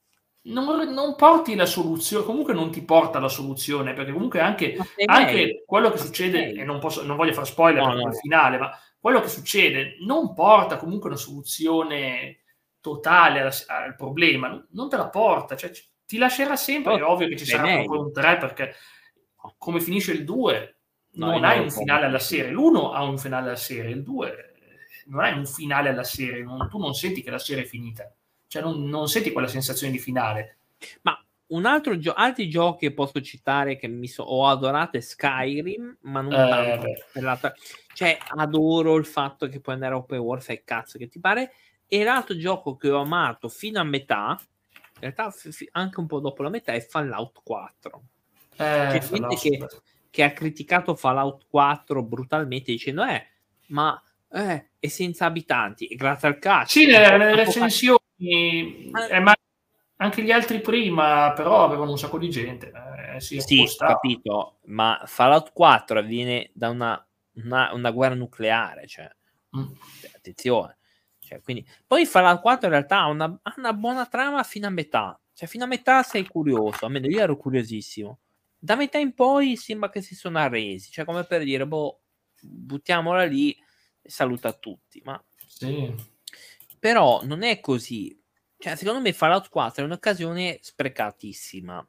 non porti la soluzione, comunque non ti porta la soluzione, perché comunque Ma sei meglio, anche quello che ma sei succede, e meglio. non voglio fare spoiler No, perché poi no, è il finale, ma quello che succede non porta comunque una soluzione totale al problema, non te la porta, cioè ti lascerà sempre, no, è ovvio che ci sei sarà poi meglio. un 3 perché come finisce il 2 No, io non non hai lo un so, ma finale alla serie, l'1 ha un finale alla serie, il 2 non hai un finale alla serie, tu non senti che la serie è finita, cioè non senti quella sensazione di finale. Ma un altro altri giochi che posso citare che ho adorato è Skyrim, ma non tanto per cioè adoro il fatto che puoi andare a open world, fai cazzo che ti pare. E l'altro gioco che ho amato fino a metà, in realtà anche un po' dopo la metà, è Fallout 4. C'è gente che ha criticato Fallout 4 brutalmente dicendo ma è senza abitanti, e grazie al cazzo. Sì, nelle recensioni, ma anche gli altri prima, però avevano un sacco di gente. Sì, Sì, ho capito, ma Fallout 4 avviene da una guerra nucleare, cioè attenzione. Cioè, quindi... Poi Fallout 4 in realtà ha una buona trama fino a metà. Cioè, fino a metà sei curioso, almeno io ero curiosissimo. Da metà in poi sembra che si sono arresi, cioè come per dire, boh, buttiamola lì e saluta a tutti, ma... Sì. Però non è così. Cioè, secondo me Fallout 4 è un'occasione sprecatissima.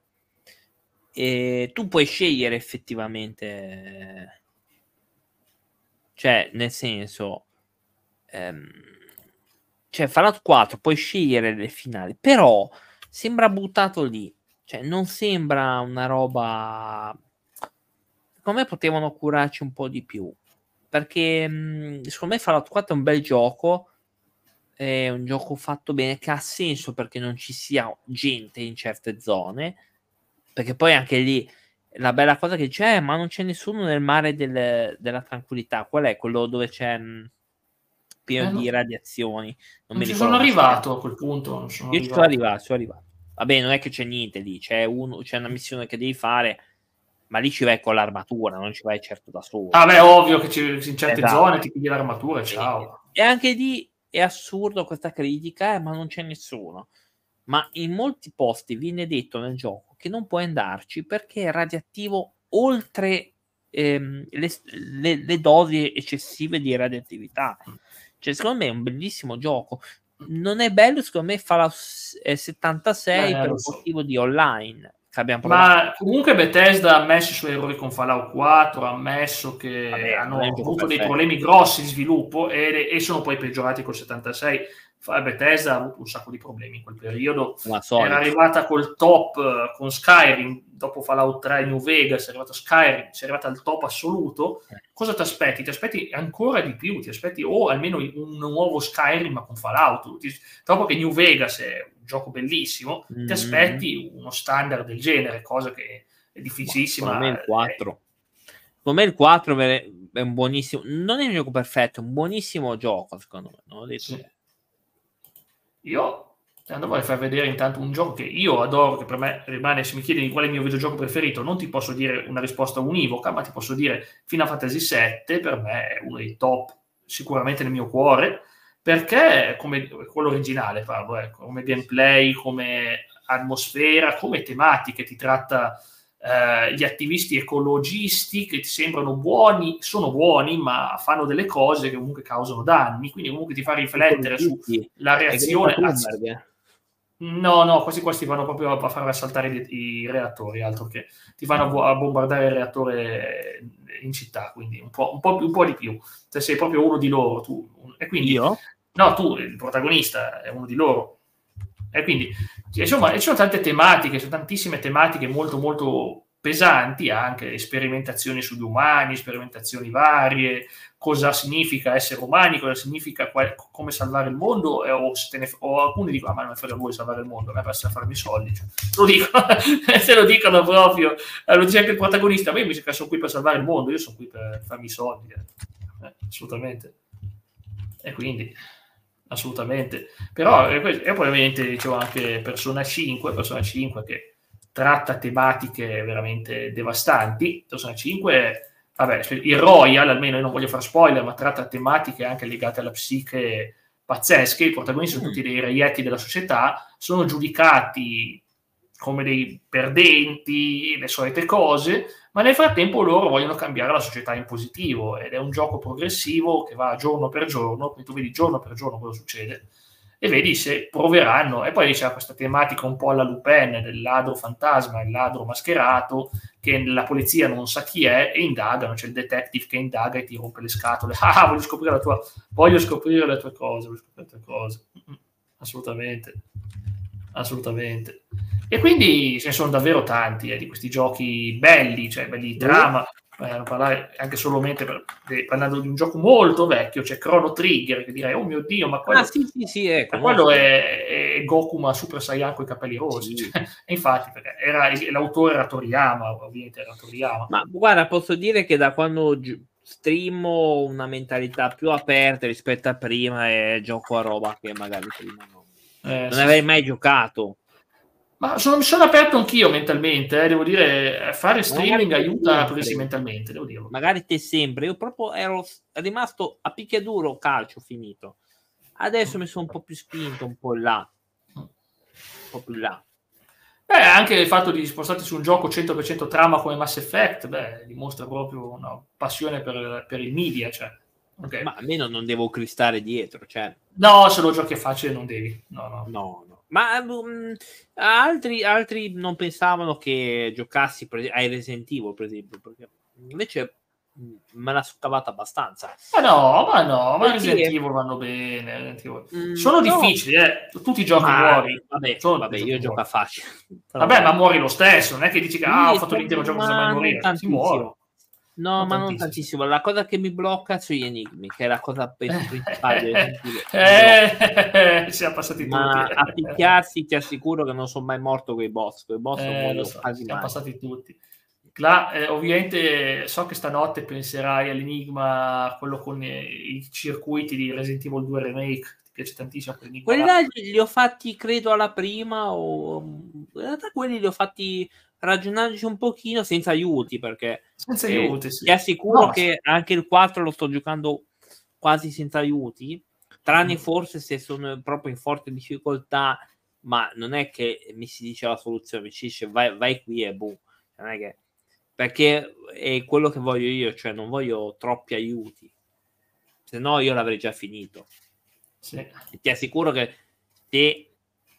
E tu puoi scegliere effettivamente, cioè nel senso, cioè Fallout 4 puoi scegliere le finali, però sembra buttato lì, cioè non sembra una roba secondo me potevano curarci un po' di più, perché secondo me Fallout 4 è un bel gioco, è un gioco fatto bene, che ha senso perché non ci sia gente in certe zone, perché poi anche lì la bella cosa che c'è, ma non c'è nessuno nel mare della tranquillità. Qual è quello dove c'è pieno di radiazioni? Non mi ci ricordo sono come si chiama. arrivato a quel punto. Non sono Io ci arrivato. sono arrivato. Vabbè, non è che c'è niente lì, c'è una missione che devi fare, ma lì ci vai con l'armatura, non ci vai certo da solo. Ah, beh, ovvio che in certe Esatto. zone ti pigli l'armatura e ciao. E anche lì è assurdo questa critica, ma non c'è nessuno. Ma in molti posti viene detto nel gioco che non puoi andarci perché è radioattivo oltre le dosi eccessive di radioattività. Cioè, secondo me è un bellissimo gioco. Non è bello, secondo me, Fallout 76 per un motivo di online che abbiamo provato. Ma comunque Bethesda ha ammesso i suoi errori con Fallout 4, ha ammesso che hanno avuto dei problemi grossi di sviluppo e sono poi peggiorati col 76. Bethesda ha avuto un sacco di problemi in quel periodo, era arrivata col top con Skyrim, dopo Fallout 3 New Vegas, è arrivato Skyrim, si è arrivata al top assoluto. Cosa ti aspetti? Ti aspetti ancora di più, ti aspetti almeno un nuovo Skyrim ma con Fallout. Dopo che New Vegas è un gioco bellissimo, ti aspetti uno standard del genere, cosa che è difficilissima. Secondo me il 4. Secondo me il 4 è un buonissimo, non è un gioco perfetto, è un buonissimo gioco, secondo me. No? Sì. Io andavo a far vedere intanto un gioco che io adoro, che per me rimane, se mi chiedi qual è il mio videogioco preferito, non ti posso dire una risposta univoca, ma ti posso dire Final Fantasy VII per me è uno dei top, sicuramente nel mio cuore, perché come quello originale parlo, ecco, come gameplay, come atmosfera, come tematiche, ti tratta gli attivisti ecologisti che ti sembrano buoni, sono buoni, ma fanno delle cose che comunque causano danni, quindi comunque ti fa riflettere sulla reazione. No, questi vanno proprio a far saltare i reattori, altro che ti vanno a bombardare il reattore in città, quindi un po' di più. Se sei proprio uno di loro, tu. E quindi, io? No, tu, il protagonista, è uno di loro. E quindi, insomma, ci sono tante tematiche, sono tantissime tematiche molto, molto pesanti, anche sperimentazioni sugli umani, sperimentazioni varie, cosa significa essere umani, cosa significa come salvare il mondo, o alcuni dicono, ma non mi frega voi salvare il mondo, a me basta farmi i soldi. Cioè, lo dicono, se lo dicono proprio, lo dice anche il protagonista, ma io mi sa che sono qui per salvare il mondo, io sono qui per farmi i soldi. Assolutamente. E quindi assolutamente, però e poi ovviamente dicevo anche Persona 5 che tratta tematiche veramente devastanti. Persona 5, vabbè, il Royal, almeno io non voglio fare spoiler, ma tratta tematiche anche legate alla psiche pazzesche. I protagonisti sono tutti dei reietti della società, sono giudicati come dei perdenti, le solite cose, ma nel frattempo loro vogliono cambiare la società in positivo, ed è un gioco progressivo che va giorno per giorno, quindi tu vedi giorno per giorno cosa succede e vedi se proveranno. E poi c'è questa tematica un po' alla Lupin del ladro fantasma, il ladro mascherato, che la polizia non sa chi è e indagano, c'è il detective che indaga e ti rompe le scatole. Voglio scoprire le tue cose. Assolutamente. E quindi ce ne sono davvero tanti di questi giochi belli, cioè belli di trama. Parlare anche solamente parlando di un gioco molto vecchio, c'è Chrono Trigger, che direi, oh mio Dio, ma quello, ecco, quello è Goku ma Super Saiyan con i capelli rossi. Sì. Cioè, e infatti, perché l'autore era Toriyama, ovviamente era Toriyama. Ma guarda, posso dire che da quando streamo ho una mentalità più aperta rispetto a prima e gioco a roba che magari prima non avrei mai giocato. Ma sono aperto anch'io mentalmente, devo dire, fare streaming aiuta a aprirsi mentalmente, devo dirlo. Magari te sempre, io proprio ero rimasto a picchiaduro calcio finito. Adesso mi sono un po' più spinto, un po' là. Anche il fatto di spostarti su un gioco 100% trama come Mass Effect, dimostra proprio una passione per il media, cioè. Okay. Ma almeno non devo cristare dietro, cioè. No, se lo giochi è facile non devi. No. Ma altri non pensavano che giocassi ai Resident Evil, per esempio, perché invece me l'ha scavata abbastanza. Ma Resident Evil vanno bene. Sono difficili, tutti i giochi muori. Vabbè, io gioco a facile. Vabbè, ma muori lo stesso, non è che dici che ho fatto l'intero gioco senza mai morire. Si muore. No, ma non tantissimo. La cosa che mi blocca sono gli enigmi, che è la cosa penso principale. Siamo passati ma tutti. a picchiarsi ti assicuro che non sono mai morto con i boss. Con i boss non muoio quasi siamo mai. passati tutti. Ovviamente so che stanotte penserai all'enigma, quello con i circuiti di Resident Evil 2 Remake. Ti piace tantissimo quell'enigma. Quelli là li ho fatti, credo, alla prima, o in realtà quelli li ho fatti ragionarci un pochino senza aiuti, perché senza aiuti, sì. ti assicuro che anche il 4 lo sto giocando quasi senza aiuti, tranne forse se sono proprio in forte difficoltà, ma non è che mi si dice la soluzione, mi si dice vai qui e boom. Non è che, perché è quello che voglio io, cioè non voglio troppi aiuti, se no io l'avrei già finito. Sì. E ti assicuro che se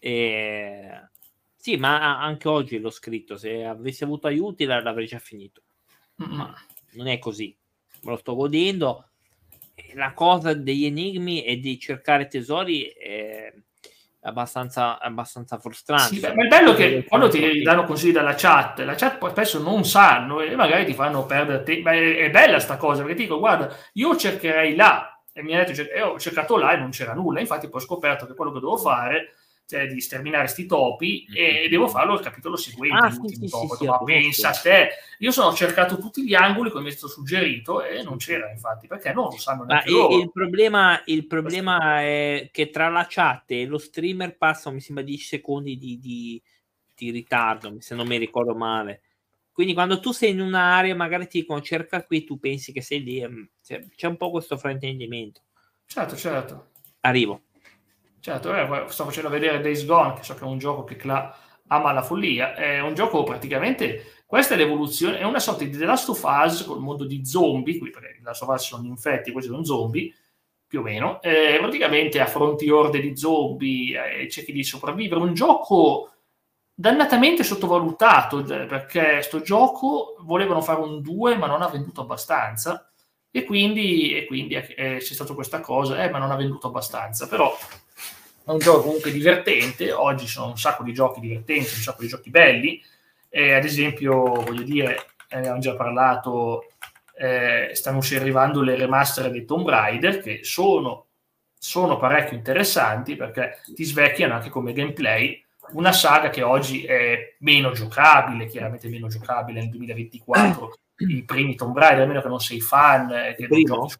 sì, ma anche oggi l'ho scritto, se avessi avuto aiuti l'avrei già finito. Ma non è così, me lo sto godendo. La cosa degli enigmi e di cercare tesori è abbastanza frustrante. Sì, ma il bello è che quando ti danno consigli dalla chat, la chat poi spesso non sanno e magari ti fanno perdere tempo. È bella sta cosa, perché ti dico, guarda, io cercherei là, e mi ha detto, ho cercato là e non c'era nulla, infatti poi ho scoperto che quello che devo fare è di sterminare sti topi e devo farlo il capitolo seguente, l'ultimo topo. Ma pensa a te, io ho cercato tutti gli angoli come mi è stato suggerito e non c'era, infatti, perché non lo sanno neanche loro. Il problema è che tra la chat e lo streamer passano, mi sembra, 10 secondi di ritardo, se non mi ricordo male. Quindi quando tu sei in un'area, magari ti dicono cerca qui, tu pensi che sei lì, c'è un po' questo fraintendimento. Certo. Arrivo. Certo, sto facendo vedere Days Gone, che so che è un gioco che ama la follia. È un gioco praticamente, questa è l'evoluzione, è una sorta di The Last of Us col mondo di zombie, qui perché The Last of Us sono infetti, questi sono zombie, più o meno. Praticamente affronti orde di zombie, cerchi di sopravvivere. Un gioco dannatamente sottovalutato, perché sto gioco volevano fare un 2, ma non ha venduto abbastanza. E quindi c'è stata questa cosa, ma non ha venduto abbastanza. Però è un gioco comunque divertente. Oggi sono un sacco di giochi divertenti, un sacco di giochi belli. Ad esempio, voglio dire, abbiamo già parlato, stanno arrivando le remaster di Tomb Raider, che sono parecchio interessanti, perché ti svecchiano anche come gameplay una saga che oggi è meno giocabile, chiaramente meno giocabile nel 2024. I primi Tomb Raider, almeno che non sei fan, che non giochi.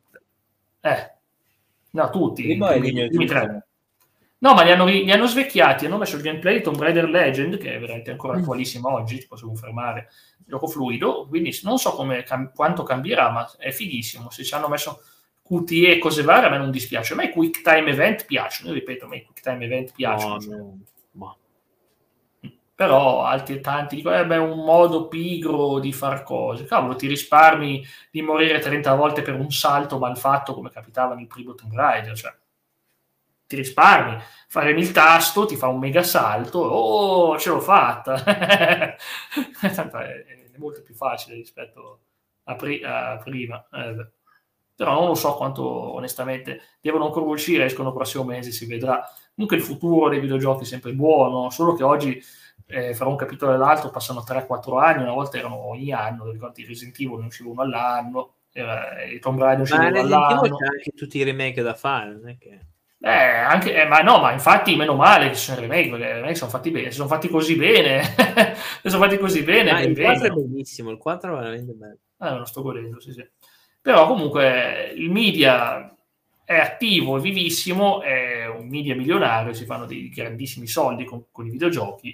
No, tutti i primi tre. No, ma li hanno svecchiati, hanno messo il gameplay di Tomb Raider Legend, che è veramente ancora attualissimo oggi, ti posso confermare, gioco fluido, quindi non so quanto cambierà, ma è fighissimo. Se ci hanno messo QTE e cose varie, a me non dispiace. A me i Quick Time Event piacciono, io ripeto, a me i Quick Time Event piacciono. No. Però tanti dicono, è un modo pigro di far cose. Cavolo, ti risparmi di morire 30 volte per un salto mal fatto, come capitava nel primo Tomb Raider, cioè ti risparmi, fare il tasto, ti fa un mega salto, ce l'ho fatta. Tanto è molto più facile rispetto a prima. Però non lo so quanto, onestamente, devono ancora uscire, escono il prossimo mese, si vedrà. Comunque il futuro dei videogiochi è sempre buono, solo che oggi fra un capitolo e l'altro passano 3-4 anni, una volta erano ogni anno, ricordi, Resident Evil ne usciva uno all'anno, i Tomb Raider uscivano all'anno. Ma c'è anche tutti i remake da fare, non è che... ma infatti meno male che ci sono i remake, perché i remake sono fatti bene, sono fatti così bene, sono fatti così bene. Il 4 è bellissimo, il 4 è veramente bello. Me lo sto godendo, sì. Però comunque il media è attivo, è vivissimo, è un media milionario, si fanno dei grandissimi soldi con i videogiochi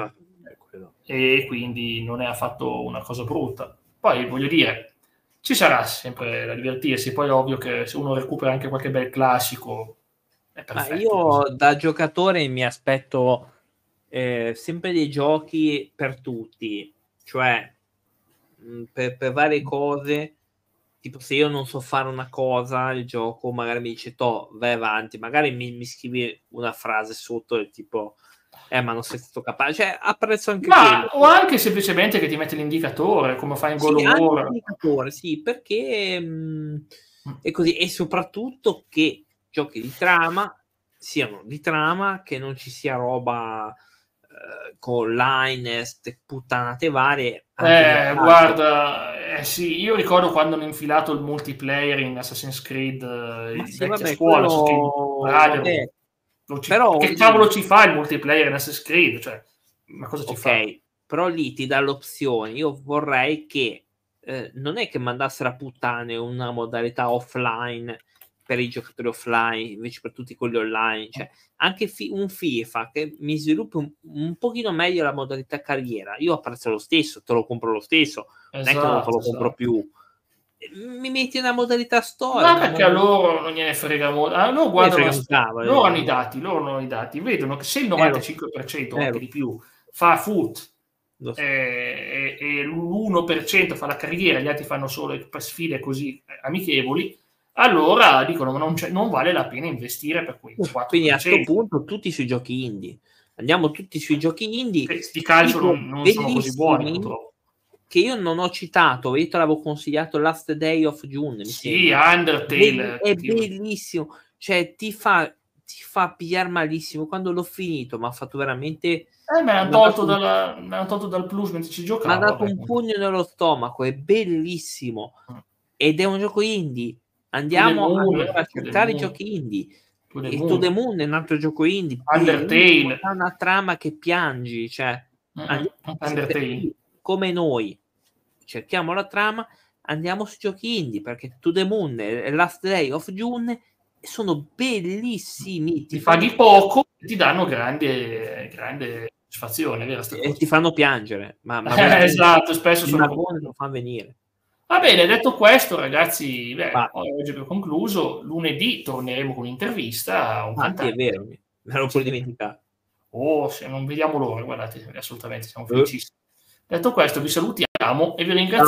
e quindi non è affatto una cosa brutta. Poi voglio dire, ci sarà sempre da divertirsi, poi è ovvio che se uno recupera anche qualche bel classico è perfetto. Io così. Da giocatore mi aspetto sempre dei giochi per tutti, cioè per varie cose. Tipo, se io non so fare una cosa, il gioco magari mi dice vai avanti, magari mi scrivi una frase sotto del tipo ma non sei stato capace, cioè apprezzo anche quello. O anche semplicemente che ti mette l'indicatore, come fai in God of War. L'indicatore, sì, perché è così, e soprattutto che giochi di trama siano di trama, che non ci sia roba con line, puttanate varie. Guarda, sì, io ricordo quando hanno infilato il multiplayer in Assassin's Creed, vecchia scuola, però che cavolo ci fa il multiplayer in Assassin's Creed? Cioè, ma cosa ci fa? Però lì ti dà l'opzione. Io vorrei che non è che mandassero a puttane una modalità offline per i giocatori offline, invece per tutti quelli online, cioè anche un FIFA che mi sviluppi un pochino meglio la modalità carriera, io apprezzo lo stesso, te lo compro lo stesso, non è che non te lo compro più. Mi metti una modalità storia, ma perché a loro non gliene frega molto. Loro hanno i dati, vedono che se il 95% anche di più fa foot e l'1% fa la carriera, gli altri fanno solo sfide così amichevoli, allora dicono non vale la pena investire per quei 4%. Quindi a questo punto tutti sui giochi indie, andiamo tutti sui giochi indie. Sti calcio non sono così buoni purtroppo. Che io non ho citato, io te l'avevo consigliato Last Day of June, sì, Undertale è bellissimo, cioè ti fa pigliare malissimo. Quando l'ho finito mi ha fatto veramente me l'hanno tolto dal plus mentre ci giocavo, mi ha dato un pugno nello stomaco, è bellissimo ed è un gioco indie. Andiamo a cercare i giochi indie. To the Moon è un altro gioco indie, Undertale ha una trama che piangi, cioè Undertale. Come noi cerchiamo la trama, andiamo sui giochi indie, perché To the Moon e Last Day of June sono bellissimi. Ti paghi poco e ti danno grande soddisfazione, vero? E ti fanno piangere, ma esatto, spesso lo fanno venire. Va bene, detto questo, ragazzi, oggi abbiamo concluso. Lunedì torneremo con un'intervista a un cantante. Sì, è vero, me l'ho pure dimenticato. Se non vediamo l'ora, guardate, assolutamente siamo felicissimi. Detto questo, vi salutiamo e vi ringraziamo.